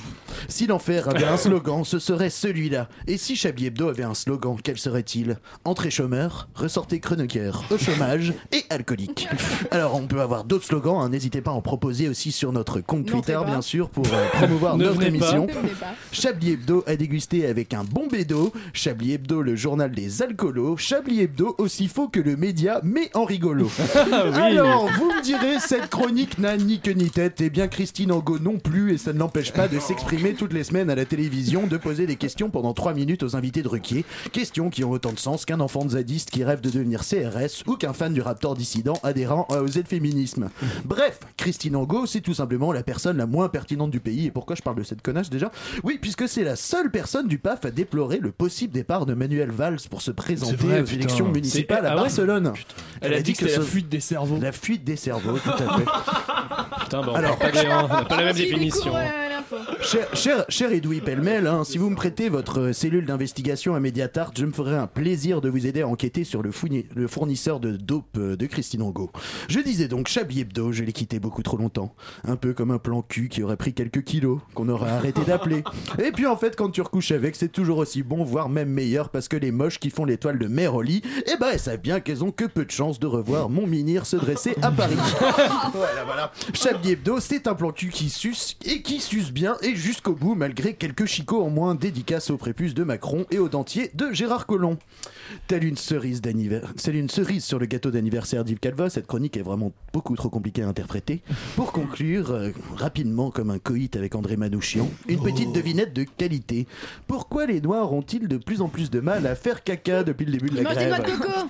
Speaker 14: Si l'enfer avait un slogan, ce serait celui-là. Et si Chablis Hebdo avait un slogan, quel serait-il ? Entrée chômeur, ressortez chroniqueur, au chômage et alcoolique. Alors on peut avoir d'autres slogans, hein, n'hésitez pas à en proposer aussi sur notre compte Twitter, bien sûr, pour euh, promouvoir
Speaker 5: Ne
Speaker 14: notre
Speaker 5: venez
Speaker 14: émission.
Speaker 5: pas.
Speaker 14: Chablis Hebdo a dégusté avec un bon bédo. Chablis Hebdo, le journal des alcoolos. Chablis Hebdo, aussi faux que le média, mais en rigolo.
Speaker 5: Oui.
Speaker 14: Alors, vous me direz, cette chronique n'a ni queue ni tête. Eh bien, Christine Angot non plus, et ça ne l'empêche pas de s'exprimer toutes les semaines à la télévision, de poser des questions pendant trois minutes aux invités de Ruquier. Questions qui ont autant de sens qu'un enfant de zadiste qui rêve de devenir C R S ou qu'un fan du Raptor dissident adhérent au Z-féminisme. Bref, Christine Angot, c'est tout simplement la personne la moins pertinente du pays. Et pourquoi je parle de cette connasse déjà ? Oui, puisque c'est la seule personne du P A F à déplorer le possible départ de Manuel Valls pour se présenter
Speaker 15: vrai,
Speaker 14: aux
Speaker 15: putain.
Speaker 14: élections municipales
Speaker 5: C'est-
Speaker 14: à
Speaker 5: ah ouais
Speaker 14: Barcelone.
Speaker 15: Elle a dit que c'était
Speaker 14: ce-
Speaker 15: la fuite des cerveaux.
Speaker 14: La fuite des cerveaux, tout à fait.
Speaker 5: Putain, bah, on
Speaker 14: Alors-
Speaker 5: parle pas des- on n'a pas la même
Speaker 7: Ensuite, il
Speaker 5: définition.
Speaker 7: découvre, euh, l'info.
Speaker 14: Cher, cher, cher Edoui Pellemel, hein, si vous me prêtez votre cellule d'investigation à Mediatart, je me ferai un plaisir de vous aider à enquêter sur le, fourni- le fournisseur de dope euh, de Christine Angot. Je disais donc, Chablis Hebdo, je l'ai quitté beaucoup trop longtemps. Un peu comme un plan cul qui aurait pris quelques kilos, qu'on aurait arrêté d'appeler. Et puis en fait, quand tu recouches avec, c'est toujours aussi bon, voire même meilleur, parce que les moches qui font l'étoile de mer au lit, eh ben elles savent bien qu'elles ont que peu de chance de revoir mon minir se dresser à Paris. Voilà, voilà. Chablis Hebdo, c'est un plan cul qui suce, et qui suce bien, et jusqu'au bout, malgré quelques chicots en moins, dédicaces au prépuce de Macron et au dentier de Gérard Collomb. Telle une cerise d'anniversaire, telle une cerise sur le gâteau d'anniversaire d'Yves Calva, cette chronique est vraiment beaucoup trop compliquée à interpréter. Pour conclure, euh, rapidement comme un coït avec André Manouchian, une petite devinette de qualité. Pourquoi les Noirs ont-ils de plus en plus de mal à faire caca depuis le début de la
Speaker 7: Ils mangent des
Speaker 14: grève
Speaker 7: noix de coco.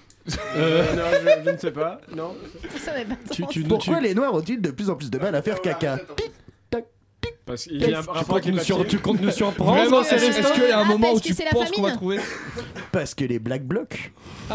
Speaker 17: Euh, non, je, je ne sais pas. Non.
Speaker 7: Ça n'avait pas de
Speaker 17: Tu-
Speaker 7: sens.
Speaker 17: tu-
Speaker 14: Pourquoi les Noirs ont-ils de plus en plus de mal à faire caca ?
Speaker 17: Parce qu'il y a un
Speaker 5: Tu
Speaker 17: rapport
Speaker 5: comptes
Speaker 17: avec les
Speaker 5: nous sur-
Speaker 17: papiers.
Speaker 5: tu comptes nous surprendre,
Speaker 15: Vraiment, est-ce
Speaker 5: Célestin
Speaker 15: est-ce qu'il y a un
Speaker 7: Ah,
Speaker 15: moment
Speaker 7: parce
Speaker 15: où
Speaker 7: que
Speaker 15: tu
Speaker 7: c'est la
Speaker 15: penses qu'on va
Speaker 7: famine.
Speaker 15: trouver
Speaker 14: Parce que les Black Blocs.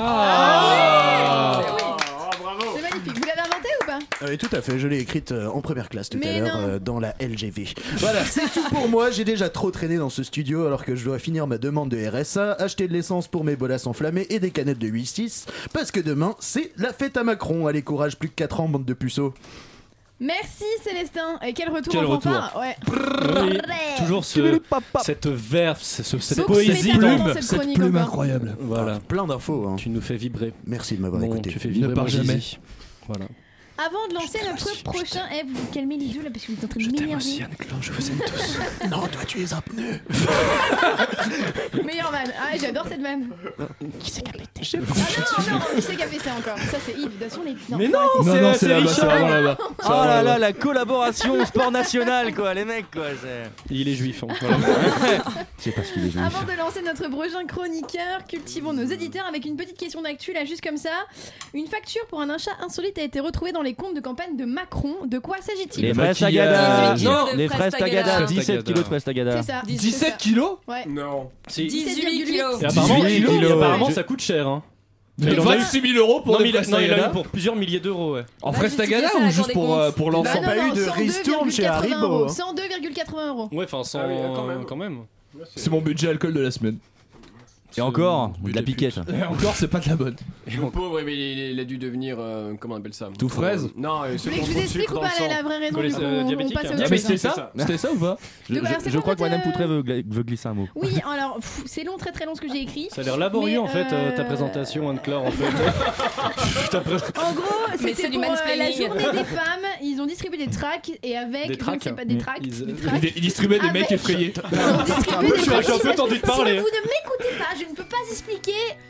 Speaker 5: Ah,
Speaker 7: C'est magnifique. Vous l'avez inventé ou pas ?
Speaker 14: Oui, tout à fait, je l'ai écrite euh, en première classe tout
Speaker 7: Mais
Speaker 14: à l'heure
Speaker 7: non.
Speaker 14: euh, dans la L G V. Voilà, c'est tout pour moi. J'ai déjà trop traîné dans ce studio alors que je dois finir ma demande de R S A, acheter de l'essence pour mes bolas enflammés et des canettes de huit six. Parce que demain, c'est la fête à Macron. Allez, courage, plus que quatre ans, bande de puceaux.
Speaker 7: Merci Célestin. Et quel retour
Speaker 5: Quel
Speaker 7: en
Speaker 5: retour.
Speaker 7: fanfare. Ouais.
Speaker 5: oui, toujours ce, cette verve, ce- ce- cette
Speaker 7: Beaucoup
Speaker 5: poésie
Speaker 7: de métaphores
Speaker 5: dans
Speaker 7: dans cette
Speaker 15: Cette
Speaker 7: chronique
Speaker 15: plume
Speaker 7: encore.
Speaker 15: incroyable.
Speaker 5: Voilà,
Speaker 14: Plein d'infos. Hein.
Speaker 5: tu nous fais vibrer.
Speaker 14: Merci de m'avoir
Speaker 5: Bon,
Speaker 14: écouté.
Speaker 5: tu fais
Speaker 15: Ne
Speaker 5: vibrer
Speaker 15: pars
Speaker 5: mon
Speaker 15: jamais.
Speaker 5: zizi. Voilà.
Speaker 7: Avant de lancer notre prochain. Eh, vous vous calmez les deux là parce que vous êtes en train de m'énerver.
Speaker 20: Je t'aime aussi, Anne-Claude, je vous aime tous.
Speaker 14: Non, toi tu es un pneu.
Speaker 7: Meilleure vanne. Ah, j'adore cette vanne.
Speaker 14: Qui c'est qui a pété?
Speaker 7: Ah non, non, qui c'est qui a fait ça encore? Ça, c'est Yves. De toute façon, les.
Speaker 5: Mais non,
Speaker 7: faut
Speaker 5: c'est
Speaker 15: non,
Speaker 5: c'est
Speaker 15: c'est là-bas,
Speaker 5: Richard.
Speaker 15: c'est vraiment là-bas.
Speaker 16: Oh là là, la collaboration sport national, quoi, les mecs, quoi. c'est-
Speaker 5: Il est juif. Hein.
Speaker 16: C'est parce qu'il est juif.
Speaker 7: Avant de lancer notre prochain chroniqueur, cultivons nos éditeurs avec une petite question d'actu là, juste comme ça. Une facture pour un achat insolite a été retrouvée dans les comptes de campagne de Macron. De quoi s'agit-il?
Speaker 16: Les fraises
Speaker 15: maquillage.
Speaker 16: Tagada.
Speaker 2: dix-huit
Speaker 16: Non,
Speaker 2: kilos de
Speaker 16: les
Speaker 2: fraises
Speaker 16: fraises Tagada.
Speaker 2: Tagada.
Speaker 16: dix-sept kilos de fraises Tagada.
Speaker 7: C'est ça.
Speaker 15: dix-sept kilos?
Speaker 7: Ouais.
Speaker 17: Non.
Speaker 5: Si.
Speaker 2: dix-huit kilos.
Speaker 5: Et apparemment,
Speaker 15: dix-huit kilos.
Speaker 5: et apparemment, ça coûte cher. Hein.
Speaker 15: Mais
Speaker 5: il en a eu-
Speaker 15: vingt-six mille euros pour
Speaker 5: Non, mais
Speaker 15: des
Speaker 5: il a,
Speaker 15: fraises
Speaker 5: non, il a
Speaker 15: Tagada
Speaker 5: eu pour plusieurs milliers d'euros. Ouais.
Speaker 15: En
Speaker 2: Bah,
Speaker 15: fraises
Speaker 2: justifiez
Speaker 15: Tagada
Speaker 2: ça à la
Speaker 15: ou
Speaker 2: Cour
Speaker 15: juste
Speaker 2: des
Speaker 15: pour,
Speaker 2: comptes.
Speaker 15: euh, pour
Speaker 7: Bah
Speaker 15: l'ensemble?
Speaker 14: pas eu de
Speaker 7: cent deux
Speaker 14: ristourne
Speaker 7: virgule
Speaker 14: chez
Speaker 7: quatre-vingts
Speaker 14: Haribo,
Speaker 7: euros.
Speaker 14: hein.
Speaker 7: cent deux virgule quatre-vingts euros.
Speaker 5: Ouais, enfin, sans.
Speaker 17: Ah oui, quand même.
Speaker 5: Quand même.
Speaker 15: C'est mon budget alcool de la semaine.
Speaker 16: Et encore, de la piquette.
Speaker 15: Et encore, c'est pas de la bonne.
Speaker 17: Le pauvre, il, il- il a dû devenir. euh, comment on appelle ça?
Speaker 15: Tout fraise?
Speaker 17: Euh, Non, euh,
Speaker 7: Vous
Speaker 17: ceux
Speaker 7: voulez que
Speaker 17: qu'on
Speaker 7: je vous
Speaker 17: trouve
Speaker 7: explique
Speaker 17: sucre
Speaker 7: ou
Speaker 17: dans
Speaker 7: pas
Speaker 17: le
Speaker 7: la,
Speaker 17: sang.
Speaker 7: la vraie raison
Speaker 5: Collé-
Speaker 7: vu qu'on-
Speaker 5: euh,
Speaker 7: on
Speaker 5: diabétique,
Speaker 7: passe
Speaker 5: hein.
Speaker 7: à
Speaker 15: Ah,
Speaker 7: autre
Speaker 15: mais
Speaker 7: chose,
Speaker 15: c'était
Speaker 7: hein.
Speaker 15: ça? C'était ça ou pas?
Speaker 16: Je,
Speaker 7: Donc, alors,
Speaker 16: je-
Speaker 7: c'est
Speaker 16: je
Speaker 7: pour
Speaker 16: crois que
Speaker 7: votre,
Speaker 16: Madame
Speaker 7: euh,
Speaker 16: Poutrey veut, gla- veut glisser un mot.
Speaker 7: Oui, alors pff, c'est long, très très long ce que j'ai écrit.
Speaker 5: Ça a l'air laborieux
Speaker 7: Mais,
Speaker 5: en fait, euh, ta
Speaker 7: euh,
Speaker 5: présentation, Anne-Claire, en fait. Ta pré-
Speaker 7: En gros,
Speaker 2: Mais
Speaker 7: c'était
Speaker 2: c'est du
Speaker 7: pour euh, la
Speaker 2: mansplaining.
Speaker 7: journée des femmes. Ils ont distribué des tracts et avec.
Speaker 5: Des
Speaker 7: je ne
Speaker 5: tracts,
Speaker 7: sais pas, des
Speaker 5: hein.
Speaker 7: tracts.
Speaker 5: Ils-
Speaker 7: des
Speaker 5: ils-
Speaker 7: tracts.
Speaker 15: Il, il distribuait des mecs
Speaker 7: Avec-
Speaker 15: effrayés.
Speaker 7: Ils ont distribué des
Speaker 5: Je suis un
Speaker 7: tracts.
Speaker 5: peu tendu de parler.
Speaker 7: Si vous ne m'écoutez pas, je ne peux pas expliquer.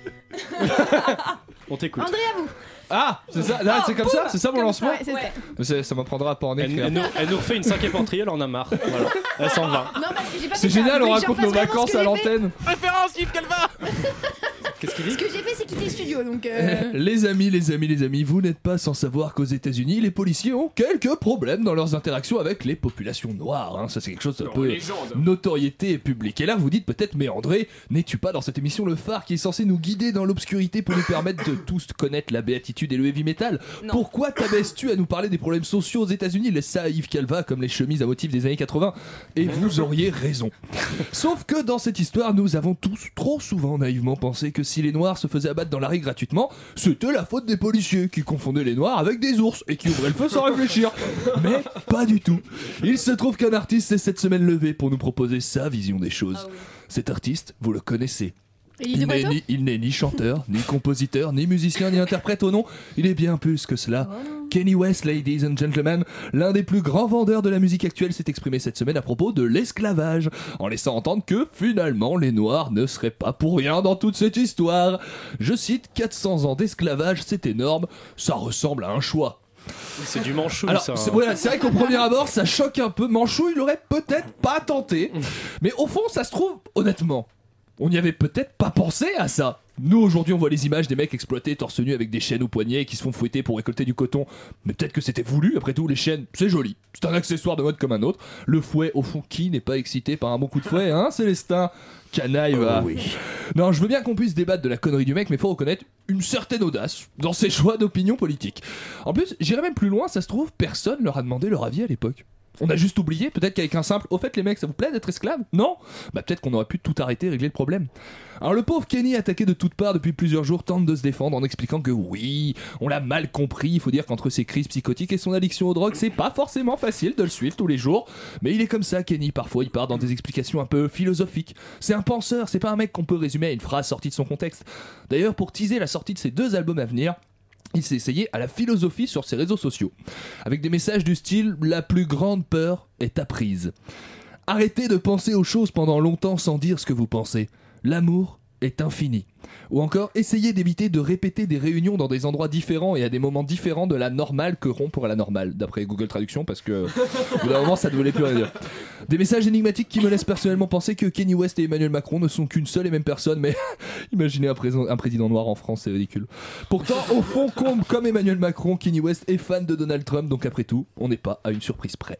Speaker 5: On t'écoute.
Speaker 7: André, à vous.
Speaker 15: Ah, c'est ça, là, c'est comme ça, c'est ça mon
Speaker 7: Comme
Speaker 15: lancement.
Speaker 7: ça, ouais, c'est ça.
Speaker 15: Mais ça, ça m'apprendra à pas en
Speaker 5: Elle,
Speaker 15: écrire.
Speaker 5: elle nous, elle nous refait une cinquième entrée, elle en a marre. Voilà. Elle s'en va.
Speaker 7: Non, parce que j'ai pas
Speaker 15: C'est
Speaker 7: fait ça.
Speaker 15: génial,
Speaker 7: Vous
Speaker 15: on
Speaker 7: voulez que je
Speaker 15: raconte nos
Speaker 7: refasse vraiment
Speaker 15: vacances
Speaker 7: ce que
Speaker 15: à
Speaker 7: j'ai fait
Speaker 15: l'antenne.
Speaker 21: Référence Yves Calva.
Speaker 5: Qu'est-ce qu'il dit?
Speaker 7: Ce que j'ai fait, c'est quitter le studio, donc. euh,
Speaker 15: Les amis, les amis, les amis, vous n'êtes pas sans savoir qu'aux États-Unis, les policiers ont quelques problèmes dans leurs interactions avec les populations noires. Hein. Ça, c'est quelque chose d'un
Speaker 17: Non,
Speaker 15: peu
Speaker 17: légende.
Speaker 15: notoriété publique. Et là, vous dites peut-être, mais André, n'es-tu pas dans cette émission le phare qui est censé nous guider dans l'obscurité pour nous permettre de tous connaître la béatitude et le heavy metal?
Speaker 2: Non.
Speaker 15: Pourquoi t'abaisses-tu à nous parler des problèmes sociaux aux États-Unis? Laisse ça à Yves Calva comme les chemises à motifs des années quatre-vingts. Et vous auriez raison. Sauf que dans cette histoire, nous avons tous trop souvent naïvement pensé que si les noirs se faisaient abattre dans la rue gratuitement, c'était la faute des policiers qui confondaient les noirs avec des ours et qui ouvraient le feu sans réfléchir. Mais pas du tout. Il se trouve qu'un artiste s'est cette semaine levé pour nous proposer sa vision des choses.
Speaker 2: Ah oui.
Speaker 15: Cet artiste, vous le connaissez.
Speaker 7: Élise
Speaker 15: Il n'est,
Speaker 7: Breton
Speaker 15: ni, il n'est ni chanteur, ni compositeur, ni musicien, ni interprète au nom. Il est bien plus que cela. Kanye West, ladies and gentlemen, l'un des plus grands vendeurs de la musique actuelle, s'est exprimé cette semaine à propos de l'esclavage, en laissant entendre que finalement les Noirs ne seraient pas pour rien dans toute cette histoire. Je cite, quatre cents ans d'esclavage, c'est énorme, ça ressemble à un choix.
Speaker 5: C'est du manchou,
Speaker 15: Alors,
Speaker 5: ça.
Speaker 15: c'est, voilà, c'est vrai qu'au premier abord, ça choque un peu. Manchou, il aurait peut-être pas tenté. Mais au fond, ça se trouve, honnêtement, on n'y avait peut-être pas pensé à ça. Nous, aujourd'hui, on voit les images des mecs exploités torse nu avec des chaînes aux poignets et qui se font fouetter pour récolter du coton. Mais peut-être que c'était voulu. Après tout, les chaînes, c'est joli. C'est un accessoire de mode comme un autre. Le fouet, au fond, qui n'est pas excité par un bon coup de fouet, hein, Célestin? Canaille, va.
Speaker 14: Oh oui.
Speaker 15: Non, je veux bien qu'on puisse débattre de la connerie du mec, mais faut reconnaître une certaine audace dans ses choix d'opinion politique. En plus, j'irais même plus loin, ça se trouve, personne leur a demandé leur avis à l'époque. On a juste oublié, peut-être qu'avec un simple « Au fait les mecs, ça vous plaît d'être esclave ?» Non. Bah peut-être qu'on aurait pu tout arrêter et régler le problème. Alors le pauvre Kenny, attaqué de toutes parts depuis plusieurs jours, tente de se défendre en expliquant que oui, on l'a mal compris, il faut dire qu'entre ses crises psychotiques et son addiction aux drogues, c'est pas forcément facile de le suivre tous les jours. Mais il est comme ça, Kenny, parfois il part dans des explications un peu philosophiques. C'est un penseur, c'est pas un mec qu'on peut résumer à une phrase sortie de son contexte. D'ailleurs, pour teaser la sortie de ses deux albums à venir, il s'est essayé à la philosophie sur ses réseaux sociaux, avec des messages du style « La plus grande peur est apprise ». Arrêtez de penser aux choses pendant longtemps sans dire ce que vous pensez. L'amour est infini. Ou encore, essayez d'éviter de répéter des réunions dans des endroits différents et à des moments différents de la normale que rompre la normale, d'après Google Traduction, parce que au bout d'un moment ça ne voulait plus rien dire. Des messages énigmatiques qui me laissent personnellement penser que Kanye West et Emmanuel Macron ne sont qu'une seule et même personne, mais imaginez un, présent, un président noir en France, c'est ridicule. Pourtant, au fond, comme, comme Emmanuel Macron, Kanye West est fan de Donald Trump, donc après tout, on n'est pas à une surprise près.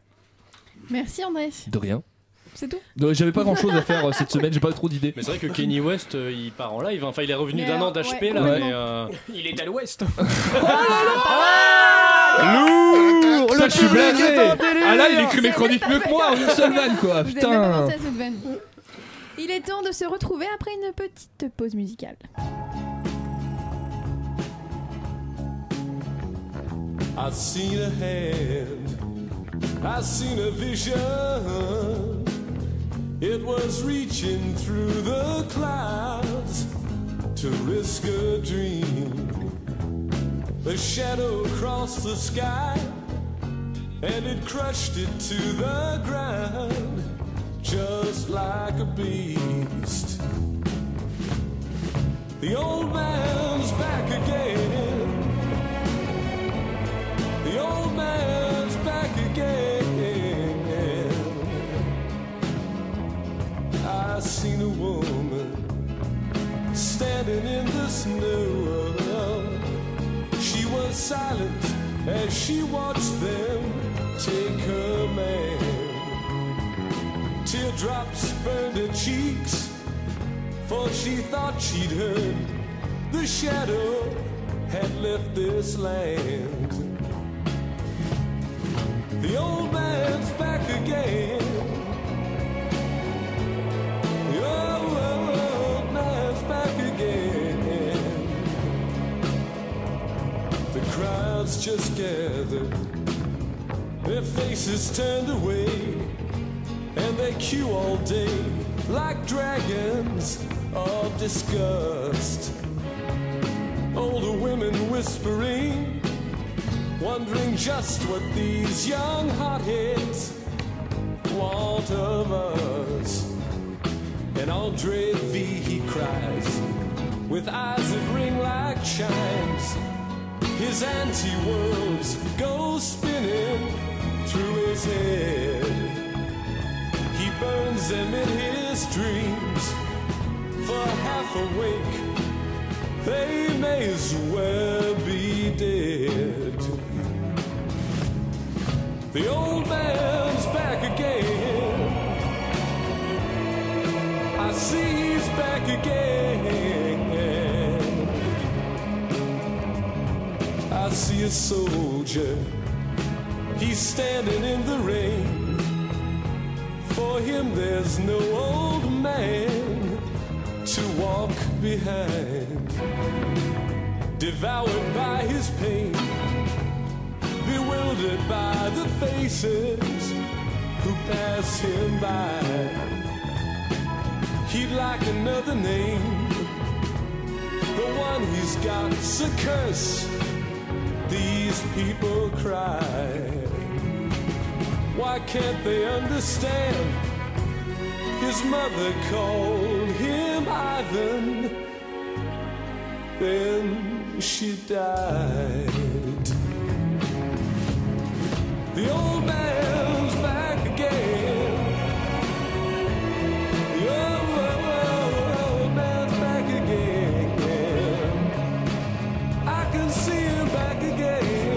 Speaker 7: Merci André.
Speaker 15: De rien.
Speaker 7: C'est tout.
Speaker 15: Non, j'avais pas grand chose à faire euh, cette semaine, j'ai pas trop d'idées.
Speaker 5: Mais c'est vrai que Kanye West, euh, il part en live. hein. Enfin, il est revenu
Speaker 7: Mais
Speaker 5: d'un
Speaker 7: alors,
Speaker 5: an d'H P
Speaker 7: ouais,
Speaker 5: là.
Speaker 7: ouais.
Speaker 5: Mais, euh,
Speaker 17: Il est à l'ouest.
Speaker 15: Lourd. Putain, je suis blasé. Ah là, il écrit mes
Speaker 7: C'est
Speaker 15: chroniques
Speaker 7: pas
Speaker 15: mieux que moi en une seule vanne, quoi.
Speaker 7: Vous avez même pas
Speaker 15: Putain.
Speaker 7: pensé à cette vanne. Il est temps de se retrouver après une petite pause musicale.
Speaker 18: I've seen a hand, I've seen a vision. It was reaching through the clouds to risk a dream. A shadow across the sky, and it crushed it to the ground, just like a beast. The old man's back again. The old man's back again. I seen a woman standing in the snow. She was silent as she watched them take her man. Teardrops burned her cheeks, for she thought she'd heard the shadow had left this land. The old man's back again. The old, old man's back again. The crowds just gathered, their faces turned away, and they queue all day like dragons of disgust. Older women whispering, wondering just what these young hotheads want of us. And Andre V, he cries, with eyes that ring like chimes. His anti-worlds go spinning through his head. He burns them in his dreams. For half awake, they may as well be dead. The old man's back again. I see he's back again. I see a soldier, he's standing in the rain. For him there's no old man to walk behind. Devoured by his pain, bewildered by the faces who pass him by. He'd like another name, the one he's got's a curse. These people cry. Why can't they understand? His mother called him Ivan, then she died. The old man's back again. The old, old, old man's back again. I can see him back again.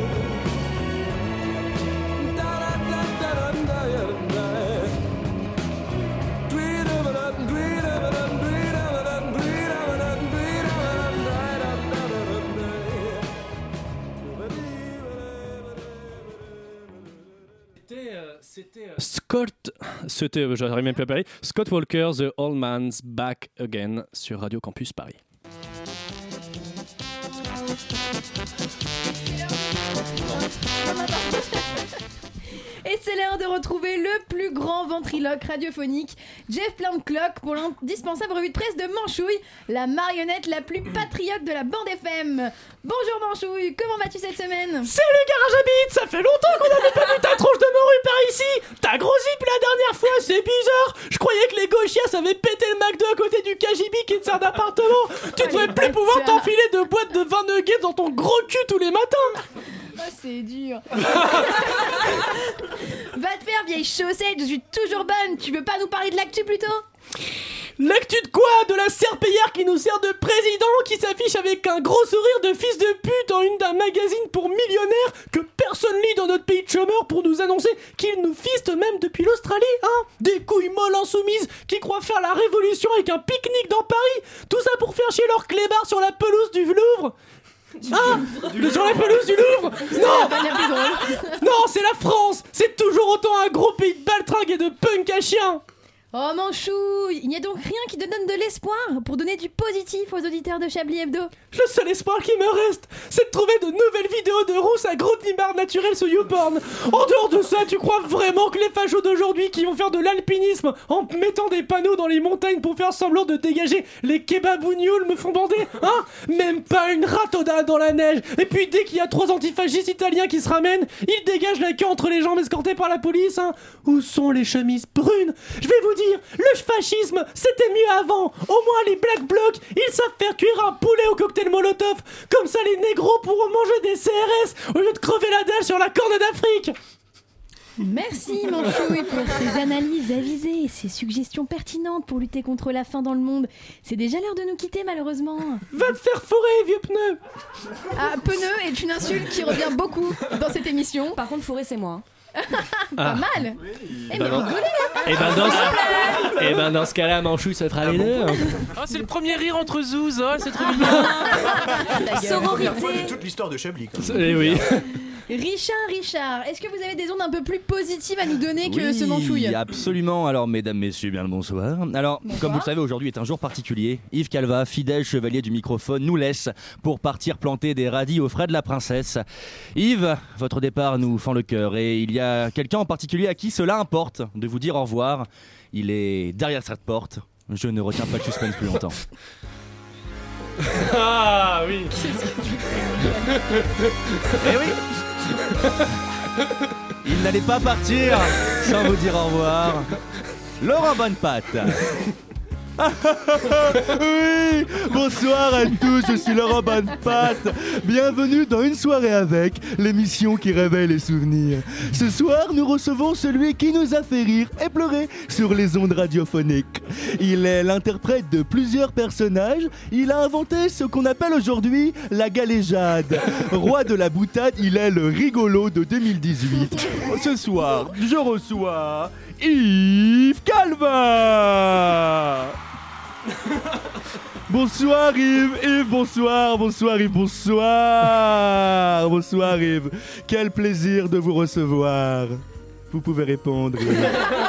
Speaker 18: Da da da da da da da. Dwee da da da, dwee da da da, dwee da da da, dwee da da da, dwee da da da, da da da da.
Speaker 5: C'était, euh, c'était euh, Scott, c'était, euh, j'arrive même plus à parler, Scott Walker, The Old Man's Back Again sur Radio Campus Paris.
Speaker 7: Et c'est l'heure de retrouver le plus grand ventriloque radiophonique, Jeff Plantclock, pour l'indispensable revue de presse de Manchouille, la marionnette la plus patriote de la bande F M. Bonjour Manchouille, comment vas-tu cette semaine?
Speaker 5: Salut Garage à Bite, ça fait longtemps qu'on n'avait pas vu ta tronche de morue par ici. T'as grossi depuis la dernière fois, c'est bizarre. Je croyais que les gauchias avaient pété le McDo à côté du K G B qui te sert d'appartement. Tu devrais plus pouvoir t'enfiler de boîtes de vingt nuggets dans ton gros cul tous les matins.
Speaker 7: Oh, c'est dur. Va te faire, vieille chaussette, je suis toujours bonne. Tu veux pas nous parler de l'actu plutôt?
Speaker 5: L'actu de quoi? De la serpillière qui nous sert de président, qui s'affiche avec un gros sourire de fils de pute en une d'un magazine pour millionnaires que personne lit dans notre pays de chômeurs pour nous annoncer qu'ils nous fistent même depuis l'Australie, hein? Des couilles molles insoumises qui croient faire la révolution avec un pique-nique dans Paris. Tout ça pour faire chier leurs clébards sur la pelouse du Louvre. Ah, sur la pelouse du Louvre. Non, non, c'est la France. C'est toujours autant un gros pays de baltringues et de punk à chiens.
Speaker 7: Oh Manchou, il n'y a donc rien qui te donne de l'espoir pour donner du positif aux auditeurs de Chablis Hebdo.
Speaker 5: Le seul espoir qui me reste, c'est de trouver de nouvelles vidéos de rousses à gros nibards naturels sur YouPorn. En dehors de ça, tu crois vraiment que les fachos d'aujourd'hui qui vont faire de l'alpinisme en mettant des panneaux dans les montagnes pour faire semblant de dégager les kebabougnoul me font bander, hein? Même pas une ratoda dans la neige. Et puis dès qu'il y a trois antifascistes italiens qui se ramènent, ils dégagent la queue entre les jambes escortés par la police, hein? Où sont les chemises brunes? Je vais vous dire, le fascisme, c'était mieux avant. Au moins les Black Blocs, ils savent faire cuire un poulet au cocktail Molotov. Comme ça les négros pourront manger des C R S au lieu de crever la dalle sur la corne d'Afrique.
Speaker 7: Merci Manchouille pour ces analyses avisées et ces suggestions pertinentes pour lutter contre la faim dans le monde. C'est déjà l'heure de nous quitter malheureusement.
Speaker 5: Va te faire fourrer, vieux pneu.
Speaker 7: Ah, pneu est une insulte qui revient beaucoup dans cette émission.
Speaker 2: Par contre, fourrer c'est moi.
Speaker 7: Pas
Speaker 5: Ah.
Speaker 7: mal. Eh
Speaker 5: Bah
Speaker 7: ben
Speaker 5: non.
Speaker 7: rigolez là.
Speaker 5: Et ben dans ce, et ben dans ce cas-là, Manchou se fera les deux.
Speaker 21: Oh, c'est le premier rire entre zouz, oh, c'est trop mignon.
Speaker 7: Sororité.
Speaker 14: Toute l'histoire de Chablis. Quoi.
Speaker 5: Eh oui.
Speaker 7: Richard, Richard, est-ce que vous avez des ondes un peu plus positives à nous donner que
Speaker 16: Oui,
Speaker 7: ce Manchouille?
Speaker 16: Absolument. Alors, mesdames, messieurs, bien le bonsoir. Alors,
Speaker 7: Bonsoir.
Speaker 16: comme vous le savez, aujourd'hui est un jour particulier. Yves Calva, fidèle chevalier du microphone, nous laisse pour partir planter des radis aux frais de la princesse. Yves, votre départ nous fend le cœur et il y a quelqu'un en particulier à qui cela importe de vous dire au revoir. Il est derrière cette porte. Je ne retiens pas le suspense plus longtemps.
Speaker 5: Ah oui.
Speaker 16: Eh oui. Il n'allait pas partir sans vous dire au revoir. Laurent Bonnepatte.
Speaker 4: Oui, bonsoir à tous, je suis Laurent Bonnepatte. Bienvenue dans Une soirée avec, l'émission qui réveille les souvenirs. Ce soir, nous recevons celui qui nous a fait rire et pleurer sur les ondes radiophoniques. Il est l'interprète de plusieurs personnages. Il a inventé ce qu'on appelle aujourd'hui la galéjade. Roi de la boutade, il est le rigolo de deux mille dix-huit. Ce soir, je reçois Yves Calva. Bonsoir Yves, Yves, bonsoir, bonsoir Yves, bonsoir, bonsoir Yves. Quel plaisir de vous recevoir. Vous pouvez répondre Yves.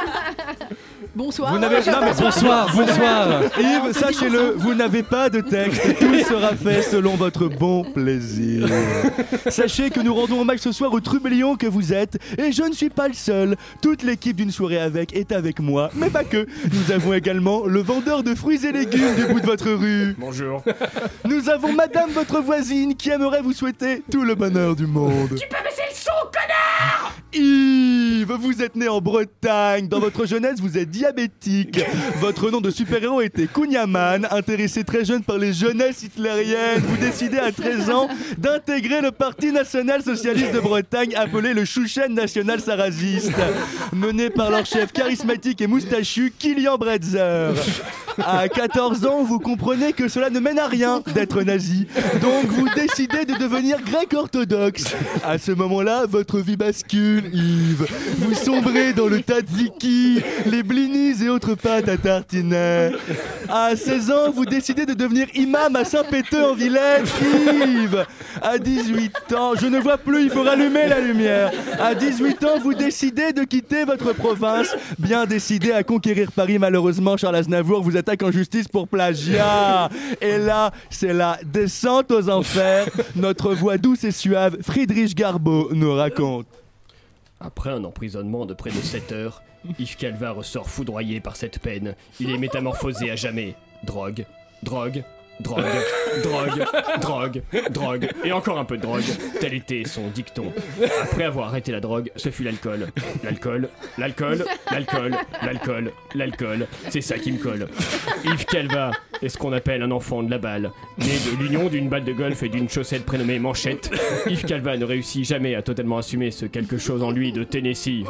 Speaker 7: Bonsoir.
Speaker 4: Vous n'avez non, mais
Speaker 5: bonsoir, bonsoir.
Speaker 4: Yves, sachez-le, vous n'avez pas de texte. Tout sera fait selon votre bon plaisir. Sachez que nous rendons hommage ce soir au trublion que vous êtes. Et je ne suis pas le seul. Toute l'équipe d'une soirée avec est avec moi. Mais pas que. Nous avons également le vendeur de fruits et légumes du bout de votre rue.
Speaker 17: Bonjour.
Speaker 4: Nous avons madame votre voisine qui aimerait vous souhaiter tout le bonheur du monde.
Speaker 1: Tu peux baisser le son, connard!
Speaker 4: Yves, vous êtes né en Bretagne. Dans votre jeunesse, vous êtes diabétique. Votre nom de super-héros était Kunyaman. Intéressé très jeune par les jeunesses hitlériennes, vous décidez à treize ans d'intégrer le Parti National Socialiste de Bretagne, appelé le Chouchen National Sarraziste, mené par leur chef charismatique et moustachu, Kilian Bretzer. À quatorze ans, vous comprenez que cela ne mène à rien d'être nazi. Donc vous décidez de devenir grec orthodoxe. À ce moment-là, votre vie bascule, Yves. Vous sombrez dans le tzatziki, les blinis et autres pâtes à tartiner. À seize ans, vous décidez de devenir imam à Saint-Péteux en Villette, Yves. À dix-huit ans, je ne vois plus, il faut rallumer la lumière. À dix-huit ans, vous décidez de quitter votre province. Bien décidé à conquérir Paris, malheureusement, Charles Aznavour vous attaque en justice pour plagiat. Et là, c'est la descente aux enfers. Notre voix douce et suave, Friedrich Garbeau, nous raconte.
Speaker 17: Après un emprisonnement de près de sept heures, Yves Calva ressort foudroyé par cette peine. Il est métamorphosé à jamais. Drogue, drogue, drogue, drogue, drogue, drogue, et encore un peu de drogue. Tel était son dicton. Après avoir arrêté la drogue, ce fut l'alcool. L'alcool, l'alcool, l'alcool, l'alcool, l'alcool. C'est ça qui me colle. Yves Calva est ce qu'on appelle un enfant de la balle. Né de l'union d'une balle de golf et d'une chaussette prénommée Manchette, Yves Calva ne réussit jamais à totalement assumer ce quelque chose en lui de Tennessee.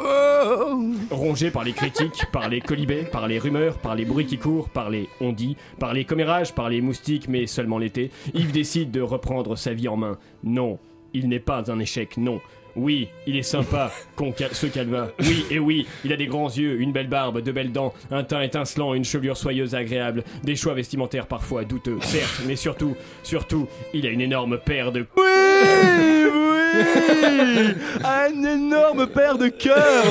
Speaker 17: Rongé par les critiques, par les colibés, par les rumeurs, par les bruits qui courent, par les on-dit, par les commérages, par les moustiques, mais seulement l'été, Yves décide de reprendre sa vie en main. Non, il n'est pas un échec, non. Oui, il est sympa, con cal- ce Calva. Oui, et oui, il a des grands yeux, une belle barbe, de belles dents, un teint étincelant, une chevelure soyeuse et agréable, des choix vestimentaires parfois douteux, certes, mais surtout, surtout, il a une énorme paire de...
Speaker 4: Oui, oui, Oui. Un énorme paire de cœurs,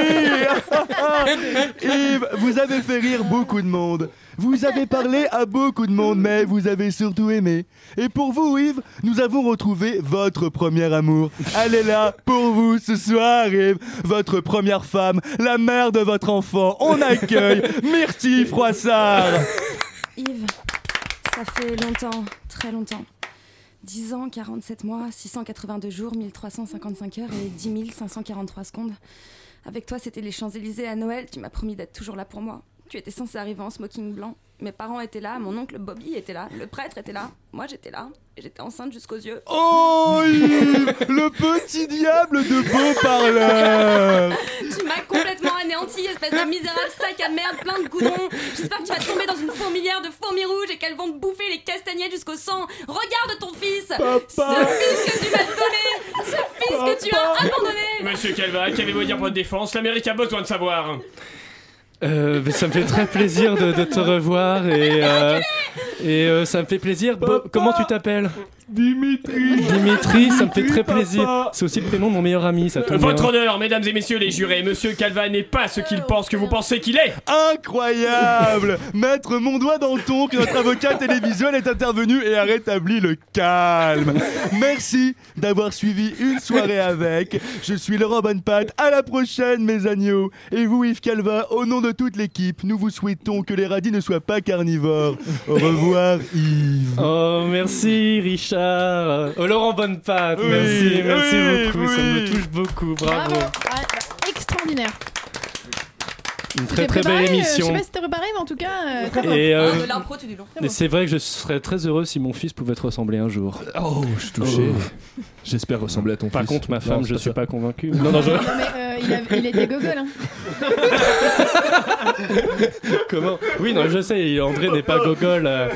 Speaker 4: oui. Yves, vous avez fait rire beaucoup de monde. Vous avez parlé à beaucoup de monde, mais vous avez surtout aimé. Et pour vous, Yves, nous avons retrouvé votre premier amour. Elle est là pour vous ce soir, Yves. Votre première femme, la mère de votre enfant. On accueille Myrtille Froissart.
Speaker 2: Yves, ça fait longtemps, très longtemps. dix ans, quarante-sept mois, six cent quatre-vingt-deux jours, mille trois cent cinquante-cinq heures et dix mille cinq cent quarante-trois secondes. Avec toi, c'était les Champs-Élysées à Noël. Tu m'as promis d'être toujours là pour moi. Tu étais censé arriver en smoking blanc. Mes parents étaient là, mon oncle Bobby était là, le prêtre était là, moi j'étais là, et j'étais enceinte jusqu'aux yeux.
Speaker 4: Oh Yves, le petit diable de beau parleur.
Speaker 2: Tu m'as complètement anéanti, espèce de misérable sac à merde plein de goudron. J'espère que tu vas tomber dans une fourmilière de fourmis rouges et qu'elles vont te bouffer les castagnettes jusqu'au sang. Regarde ton fils.
Speaker 4: Papa.
Speaker 2: Ce fils que tu m'as donné, ce fils
Speaker 4: Papa.
Speaker 2: que tu as abandonné.
Speaker 17: Monsieur Calva, qu'avez-vous à dire pour votre défense? L'Amérique a besoin de savoir.
Speaker 5: Euh, mais ça me fait très plaisir de, de te revoir et, euh, et euh, ça me fait plaisir. Bo- comment tu t'appelles?
Speaker 4: Dimitri.
Speaker 5: Dimitri, ça me fait très
Speaker 4: Papa.
Speaker 5: plaisir. C'est aussi le prénom de mon meilleur ami, ça tombe
Speaker 17: Votre
Speaker 5: bien.
Speaker 17: honneur, mesdames et messieurs les jurés, Monsieur Calva n'est pas ce qu'il pense que vous pensez qu'il est.
Speaker 4: Incroyable. Maître Mondois Danton, que notre avocat télévisuel est intervenu et a rétabli le calme. Merci d'avoir suivi une soirée avec. Je suis Laurent Bonnepatte. À la prochaine, mes agneaux. Et vous, Yves Calva, au nom de toute l'équipe, nous vous souhaitons que les radis ne soient pas carnivores. Au revoir, Yves.
Speaker 5: Oh, merci Richard. Oh, Laurent Bonnepatte,
Speaker 4: Oui,
Speaker 5: merci, merci
Speaker 4: oui,
Speaker 5: beaucoup. Ça
Speaker 4: oui.
Speaker 5: me touche beaucoup, bravo.
Speaker 7: Bravo. Ah, bah, extraordinaire.
Speaker 5: Une
Speaker 7: C'était
Speaker 5: très très
Speaker 7: préparé,
Speaker 5: belle
Speaker 7: euh,
Speaker 5: émission.
Speaker 7: je sais pas si c'était préparé, mais en tout cas, euh, très bon.
Speaker 5: Et, euh,
Speaker 2: Ah, de l'impro, tu dis long.
Speaker 5: Et c'est vrai que je serais très heureux si mon fils pouvait te ressembler un jour.
Speaker 15: Oh, je suis touché. J'espère ressembler à ton
Speaker 5: Par
Speaker 15: fils.
Speaker 5: contre, ma
Speaker 15: Non,
Speaker 5: femme,
Speaker 15: c'est
Speaker 5: je
Speaker 15: pas
Speaker 5: suis
Speaker 15: ça.
Speaker 5: pas convaincu. Non, non, je...
Speaker 7: Non, mais euh, il, a- il était gogol, hein.
Speaker 5: Comment? Oui, non, je sais, André n'est pas gogol. euh.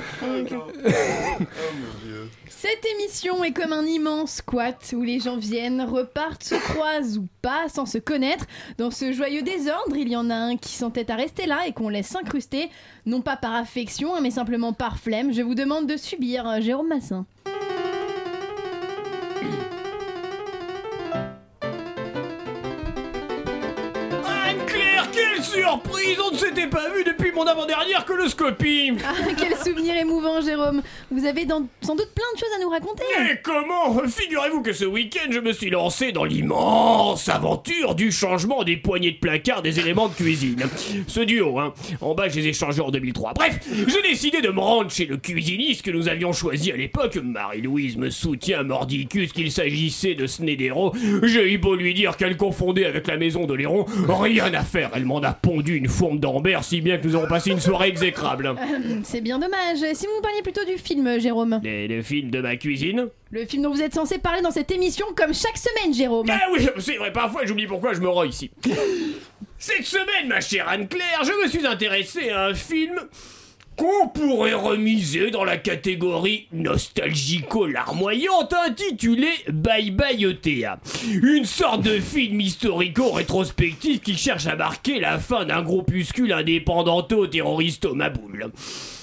Speaker 7: Cette émission est comme un immense squat où les gens viennent, repartent, se croisent ou pas sans se connaître. Dans ce joyeux désordre, il y en a un qui s'entête à rester là et qu'on laisse s'incruster, non pas par affection, hein, mais simplement par flemme. Je vous demande de subir, euh, Jérôme Massin.
Speaker 17: Anne-Claire, quelle surprise! On ne s'était pas vu depuis mon avant-dernière coloscopie!
Speaker 7: Ah, quel souvenir émouvant, Jérôme. Vous avez dans- sans doute plein de choses à nous raconter.
Speaker 17: Et comment? Figurez-vous que ce week-end, je me suis lancé dans l'immense aventure du changement des poignées de placard des éléments de cuisine. Ce duo, hein. En bas, je les ai changés en deux mille trois. Bref, j'ai décidé de me rendre chez le cuisiniste que nous avions choisi à l'époque. Marie-Louise me soutient mordicus qu'il s'agissait de Snedero. J'ai eu beau lui dire qu'elle confondait avec la maison de Léron. Rien à faire, elle m'en a pondu une fourme d'Ambert, si bien que nous avons passé une soirée exécrable.
Speaker 7: Euh, c'est bien dommage. Si vous me parliez plutôt du film, Jérôme.
Speaker 17: Et le film de ma cuisine?
Speaker 7: Le film dont vous êtes censé parler dans cette émission comme chaque semaine, Jérôme.
Speaker 17: Ah oui, c'est vrai, parfois j'oublie pourquoi je me rends ici. Cette semaine, ma chère Anne-Claire, je me suis intéressé à un film qu'on pourrait remiser dans la catégorie nostalgico-larmoyante intitulé Bye Bye E T A. Une sorte de film historico-rétrospectif qui cherche à marquer la fin d'un groupuscule indépendanto-terroristo maboule.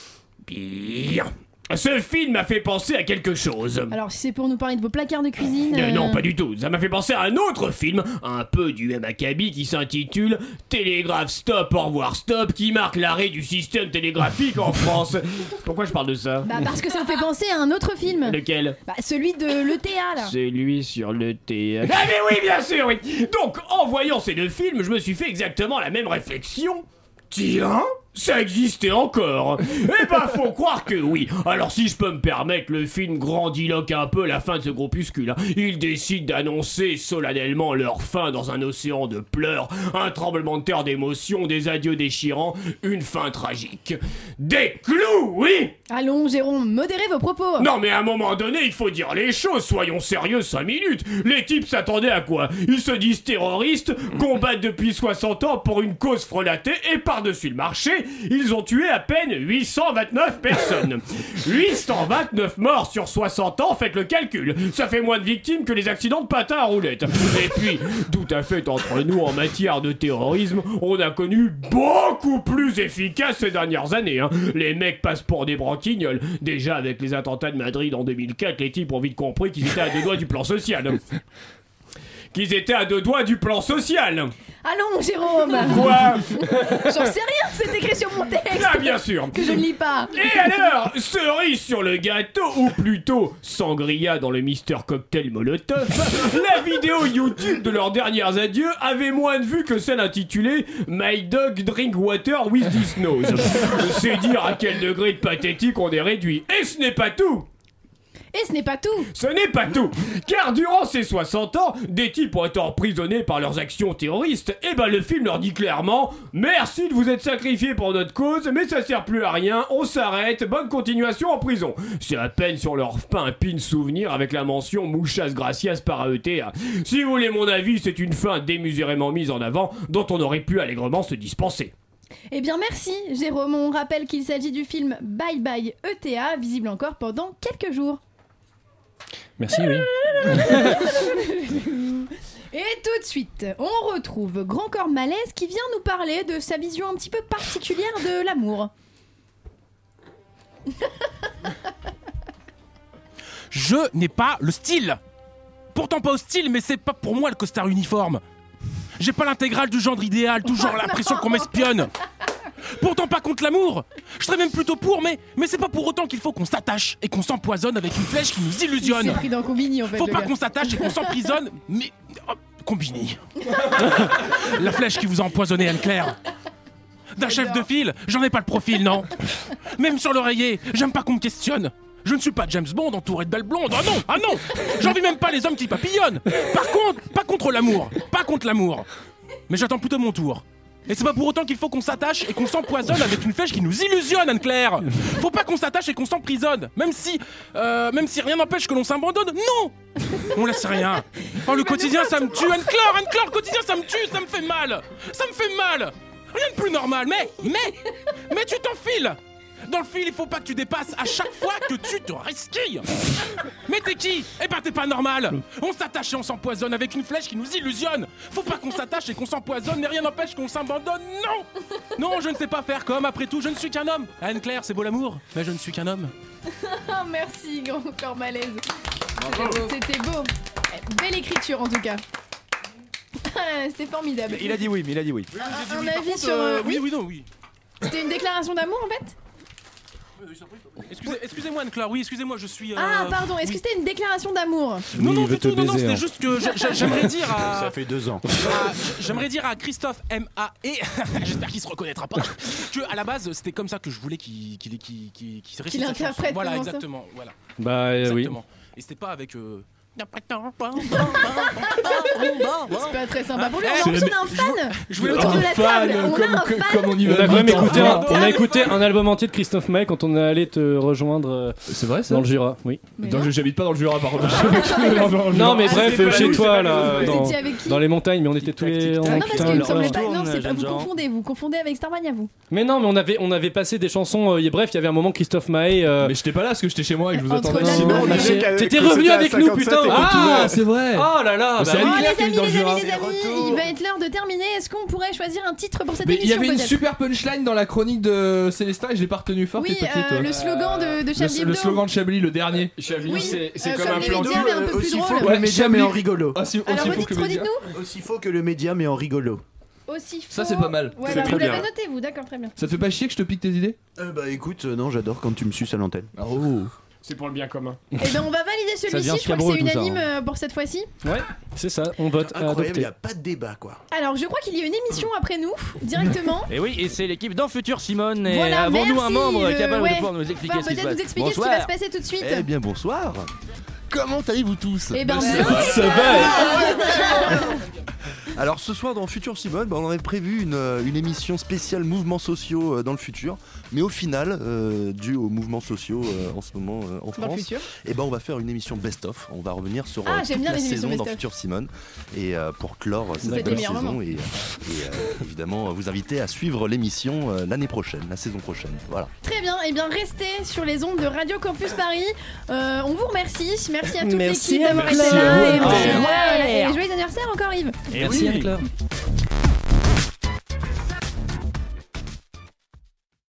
Speaker 17: Pire. Ce film m'a fait penser à quelque chose.
Speaker 7: Alors, si c'est pour nous parler de vos placards de cuisine.
Speaker 17: Euh,
Speaker 7: euh,
Speaker 17: non, pas du tout. Ça m'a fait penser à un autre film, un peu du même acabit, qui s'intitule Télégraphe Stop, au revoir Stop, qui marque l'arrêt du système télégraphique en France. Pourquoi je parle de ça?
Speaker 7: Bah, parce que ça me fait penser à un autre film.
Speaker 17: Lequel?
Speaker 7: Bah, celui de l'E T A, là.
Speaker 17: Celui sur le théâtre. Ah mais oui, bien sûr, oui. Donc, en voyant ces deux films, je me suis fait exactement la même réflexion. Tiens, ça existait encore. Eh ben, faut croire que oui. Alors, si je peux me permettre, le film grandiloque un peu la fin de ce groupuscule. Ils décident d'annoncer solennellement leur fin dans un océan de pleurs, un tremblement de terre d'émotions, des adieux déchirants, une fin tragique. Des clous, oui.
Speaker 7: Allons, Jérôme, modérez vos propos.
Speaker 17: Non mais à un moment donné, il faut dire les choses, soyons sérieux cinq minutes. Les types s'attendaient à quoi? Ils se disent terroristes, combattent depuis soixante ans pour une cause frelatée et par-dessus le marché, ils ont tué à peine huit cent vingt-neuf personnes. huit cent vingt-neuf morts sur soixante ans, faites le calcul. Ça fait moins de victimes que les accidents de patins à roulettes. Et puis, tout à fait entre nous, en matière de terrorisme, on a connu beaucoup plus efficace ces dernières années. Hein. Les mecs passent pour des branquignoles. Déjà, avec les attentats de Madrid en deux mille quatre, les types ont vite compris qu'ils étaient à deux doigts du plan social. Qu'ils étaient à deux doigts du plan social.
Speaker 7: Allons, Jérôme.
Speaker 17: Quoi?
Speaker 7: J'en sais rien, c'est écrit sur mon texte.
Speaker 17: Ah, bien sûr.
Speaker 7: Que je ne lis pas.
Speaker 17: Et alors, cerise sur le gâteau, ou plutôt sangria dans le Mister Cocktail Molotov, la vidéo YouTube de leurs dernières adieux avait moins de vues que celle intitulée My Dog Drink Water with His Nose. C'est dire à quel degré de pathétique on est réduit. Et ce n'est pas tout.
Speaker 7: Et ce n'est pas tout.
Speaker 17: Ce n'est pas tout. Car durant ces soixante ans, des types ont été emprisonnés par leurs actions terroristes. Et ben le film leur dit clairement: merci de vous être sacrifiés pour notre cause, mais ça sert plus à rien, on s'arrête, bonne continuation en prison. C'est à peine sur leur fin pin souvenir avec la mention Muchas gracias para E T A. Si vous voulez mon avis, c'est une fin démesurément mise en avant dont on aurait pu allègrement se dispenser.
Speaker 7: Eh bien merci Jérôme, on rappelle qu'il s'agit du film Bye Bye E T A, visible encore pendant quelques jours.
Speaker 5: Merci, oui.
Speaker 7: Et tout de suite, on retrouve Grand Corps Malaise qui vient nous parler de sa vision un petit peu particulière de l'amour.
Speaker 21: Je n'ai pas le style. Pourtant pas hostile, mais c'est pas pour moi le costard uniforme. J'ai pas l'intégrale du genre idéal, toujours
Speaker 7: Oh
Speaker 21: l'impression
Speaker 7: non.
Speaker 21: qu'on m'espionne. Pourtant pas contre l'amour. Je serais même plutôt pour, mais, mais c'est pas pour autant qu'il faut qu'on s'attache et qu'on s'empoisonne avec une flèche qui nous
Speaker 7: Il
Speaker 21: illusionne.
Speaker 7: s'est pris dans Combini en fait.
Speaker 21: Faut
Speaker 7: le
Speaker 21: pas
Speaker 7: gars.
Speaker 21: qu'on s'attache et qu'on s'emprisonne, mais... oh, Combini. La flèche qui vous a empoisonné, Anne-Claire. D'un chef de file, j'en ai pas le profil, non. Même sur l'oreiller, j'aime pas qu'on me questionne. Je ne suis pas James Bond entouré de belles blondes. Ah non, ah non. J'envie même pas les hommes qui papillonnent. Par contre, pas contre l'amour. Pas contre l'amour. Mais j'attends plutôt mon tour. Et c'est pas pour autant qu'il faut qu'on s'attache et qu'on s'empoisonne avec une flèche qui nous illusionne, Anne-Claire. Faut pas qu'on s'attache et qu'on s'emprisonne. Même si, euh, même si rien n'empêche que l'on s'abandonne. Non. On laisse rien. Oh, le quotidien, ça me tue, Anne-Claire. Anne-Claire, le quotidien, ça me tue, ça me fait mal. Ça me fait mal. Rien de plus normal. Mais, mais, mais tu t'enfiles. Dans le fil, il faut pas que tu dépasses à chaque fois que tu te resquilles. Mais t'es qui? Eh ben t'es pas normal. On s'attache et on s'empoisonne avec une flèche qui nous illusionne. Faut pas qu'on s'attache et qu'on s'empoisonne, mais rien n'empêche qu'on s'abandonne. Non. Non, je ne sais pas faire comme. Après tout, je ne suis qu'un homme. Anne-Claire, c'est beau l'amour, mais je ne suis qu'un homme.
Speaker 7: Merci Grand Corps Malaise. C'était beau. Eh, Belle écriture en tout cas. C'était formidable.
Speaker 16: Il a dit oui, mais il a dit oui.
Speaker 7: Un, un avis sur. euh,
Speaker 21: oui, oui, non, oui.
Speaker 7: C'était une déclaration d'amour en fait.
Speaker 21: Excusez, excusez-moi, Anne-Claire. Oui, excusez-moi, je suis. euh,
Speaker 7: Ah pardon, est-ce
Speaker 21: oui.
Speaker 7: que c'était une déclaration d'amour?
Speaker 21: Non, non,
Speaker 3: il veut
Speaker 21: du tout,
Speaker 3: te
Speaker 21: non, non,
Speaker 3: baiser,
Speaker 21: c'était
Speaker 3: hein.
Speaker 21: juste que j'a- j'a- j'aimerais dire à.
Speaker 3: Ça fait deux ans.
Speaker 21: à- J'aimerais dire à Christophe M A E, j'espère qu'il se reconnaîtra pas, que à la base c'était comme ça que je voulais qu'il qu'il qu'il qu'il qu'il se récite cette
Speaker 7: interprète
Speaker 21: chanson. Voilà,
Speaker 7: comment ça
Speaker 21: exactement, voilà.
Speaker 5: Bah euh, oui.
Speaker 21: Exactement. Et c'était pas avec. euh,
Speaker 7: C'est pas très sympa pour lui.
Speaker 21: Eh,
Speaker 7: En plus, on a un fan
Speaker 21: je voulais-
Speaker 7: autour de la table. On a un fan.
Speaker 15: Comme on y
Speaker 5: On
Speaker 15: va
Speaker 5: a quand même
Speaker 15: vite,
Speaker 5: écouté
Speaker 15: enfin.
Speaker 5: un, on a écouté un album entier de Christophe Maé quand on est allé te rejoindre euh,
Speaker 15: C'est vrai ça
Speaker 5: dans le Jura, oui.
Speaker 15: Donc j'habite pas dans le Jura par contre.
Speaker 5: Non mais bref,
Speaker 21: c'était pas
Speaker 5: chez
Speaker 21: nous,
Speaker 5: toi
Speaker 21: c'est pas
Speaker 5: là,
Speaker 21: nous.
Speaker 5: dans,
Speaker 7: Vous étiez avec qui
Speaker 5: dans les montagnes, mais on était tous les.
Speaker 7: Ah
Speaker 5: oh,
Speaker 7: non, parce
Speaker 5: putain,
Speaker 7: qu'il me
Speaker 5: là,
Speaker 7: semblait
Speaker 5: là.
Speaker 7: pas. Non, c'est pas-
Speaker 16: jeunes
Speaker 7: vous
Speaker 16: gens.
Speaker 7: confondez, vous confondez avec Starmania, vous.
Speaker 5: Mais non, mais on avait, on avait passé des chansons. euh, y- bref, il y avait un moment Christophe Maé. euh,
Speaker 15: Mais j'étais pas là parce que j'étais chez moi et que je vous
Speaker 7: Entre
Speaker 15: attendais.
Speaker 7: l'album
Speaker 3: Sinon, on
Speaker 7: et-
Speaker 3: disait qu'avec-
Speaker 5: T'étais
Speaker 3: que
Speaker 5: revenu
Speaker 3: c'était à
Speaker 5: avec nous,
Speaker 3: cinquante-sept
Speaker 5: putain.
Speaker 3: et qu'on
Speaker 5: Ah,
Speaker 15: c'est vrai.
Speaker 5: Oh là là.
Speaker 15: C'est
Speaker 5: bah
Speaker 15: Anne
Speaker 5: oui.
Speaker 7: Oh
Speaker 15: Claire
Speaker 7: les
Speaker 15: qui
Speaker 7: amis,
Speaker 15: vit dans le
Speaker 7: les
Speaker 15: Jura.
Speaker 7: amis, les amis, il va être l'heure de terminer. Est-ce qu'on pourrait choisir un titre pour cette
Speaker 15: Mais il y
Speaker 7: émission
Speaker 15: avait une
Speaker 7: peut-être?
Speaker 15: super punchline dans la chronique de Célestin et je l'ai pas retenu fort.
Speaker 7: Oui,
Speaker 15: t'es petite,
Speaker 7: euh,
Speaker 15: toi.
Speaker 7: le slogan de, de Chablis
Speaker 15: Le, le
Speaker 7: Hebdo.
Speaker 15: slogan de Chablis, le dernier.
Speaker 1: Chablis,
Speaker 7: Oui,
Speaker 1: c'est c'est
Speaker 7: euh,
Speaker 1: comme un
Speaker 7: comme les
Speaker 1: plan
Speaker 7: médias, mais un peu plus
Speaker 14: Aussi
Speaker 7: drôle.
Speaker 14: faux que
Speaker 15: Ouais,
Speaker 14: le média, mais
Speaker 15: Chablis-
Speaker 14: en rigolo.
Speaker 15: Aussi, aussi
Speaker 7: Alors
Speaker 15: faux
Speaker 7: redites,
Speaker 15: que le média.
Speaker 7: redites-nous.
Speaker 14: Aussi faux que le média, mais en rigolo.
Speaker 7: Aussi faux.
Speaker 15: Ça, c'est pas mal.
Speaker 7: Ouais,
Speaker 3: C'est
Speaker 7: bah,
Speaker 3: très
Speaker 7: vous l'avez
Speaker 3: bien.
Speaker 7: noté, vous, d'accord, très bien.
Speaker 15: Ça te fait pas chier que je te pique tes idées?
Speaker 14: Euh, bah écoute, euh, non, j'adore quand tu me suces à l'antenne.
Speaker 15: Oh.
Speaker 1: C'est pour le bien commun.
Speaker 7: Et ben on va valider
Speaker 5: Ça
Speaker 7: celui-ci,
Speaker 5: devient
Speaker 7: je crois que
Speaker 5: scabreux,
Speaker 7: c'est
Speaker 5: tout ça,
Speaker 7: unanime
Speaker 5: hein.
Speaker 7: euh, pour cette fois-ci.
Speaker 5: Ouais, c'est ça. On vote à
Speaker 14: Incroyable, il
Speaker 5: adopter.
Speaker 14: n'y a pas de débat quoi.
Speaker 7: Alors je crois qu'il y a une émission après nous, directement.
Speaker 16: Et oui, et c'est l'équipe dans Futur Simone. Et
Speaker 7: Voilà,
Speaker 16: avons-nous
Speaker 7: merci,
Speaker 16: un membre
Speaker 7: euh,
Speaker 16: capable
Speaker 7: ouais.
Speaker 16: de pouvoir nous expliquer
Speaker 7: Enfin,
Speaker 16: ce qui se
Speaker 7: peut-être
Speaker 16: passe?
Speaker 7: nous expliquer ce qui va se passer tout de suite.
Speaker 10: Eh bien bonsoir. Comment allez-vous tous?
Speaker 7: Eh ben
Speaker 15: Ça
Speaker 7: bien.
Speaker 15: va, ça va.
Speaker 10: Alors ce soir dans Futur Simone, bah, on avait prévu une, une émission spéciale mouvements sociaux euh, dans le futur, mais au final, euh, dû aux mouvements sociaux euh, en ce moment euh, en
Speaker 7: Dans le
Speaker 10: France,
Speaker 7: futur.
Speaker 10: et ben on va faire une émission best-of. On va revenir sur
Speaker 7: Ah,
Speaker 10: euh,
Speaker 7: j'aime
Speaker 10: toute
Speaker 7: bien
Speaker 10: la
Speaker 7: les émissions
Speaker 10: saison dans
Speaker 7: best-of.
Speaker 10: Futur Simone et euh, pour clore cette
Speaker 7: C'est les
Speaker 10: belle
Speaker 7: meilleurs
Speaker 10: saison
Speaker 7: moments.
Speaker 10: et, et, euh, évidemment vous inviter à suivre l'émission euh, l'année prochaine, la saison prochaine. Voilà.
Speaker 7: Très bien, et bien restez sur les ondes de Radio Campus Paris. Euh, on vous remercie, merci à toute
Speaker 5: Merci
Speaker 7: l'équipe d'avoir été
Speaker 5: Anne-Claire.
Speaker 7: là. Et,
Speaker 5: Au
Speaker 7: merci-
Speaker 5: revoir.
Speaker 7: et joyeux anniversaire encore Yves.
Speaker 16: Merci Anne-Claire.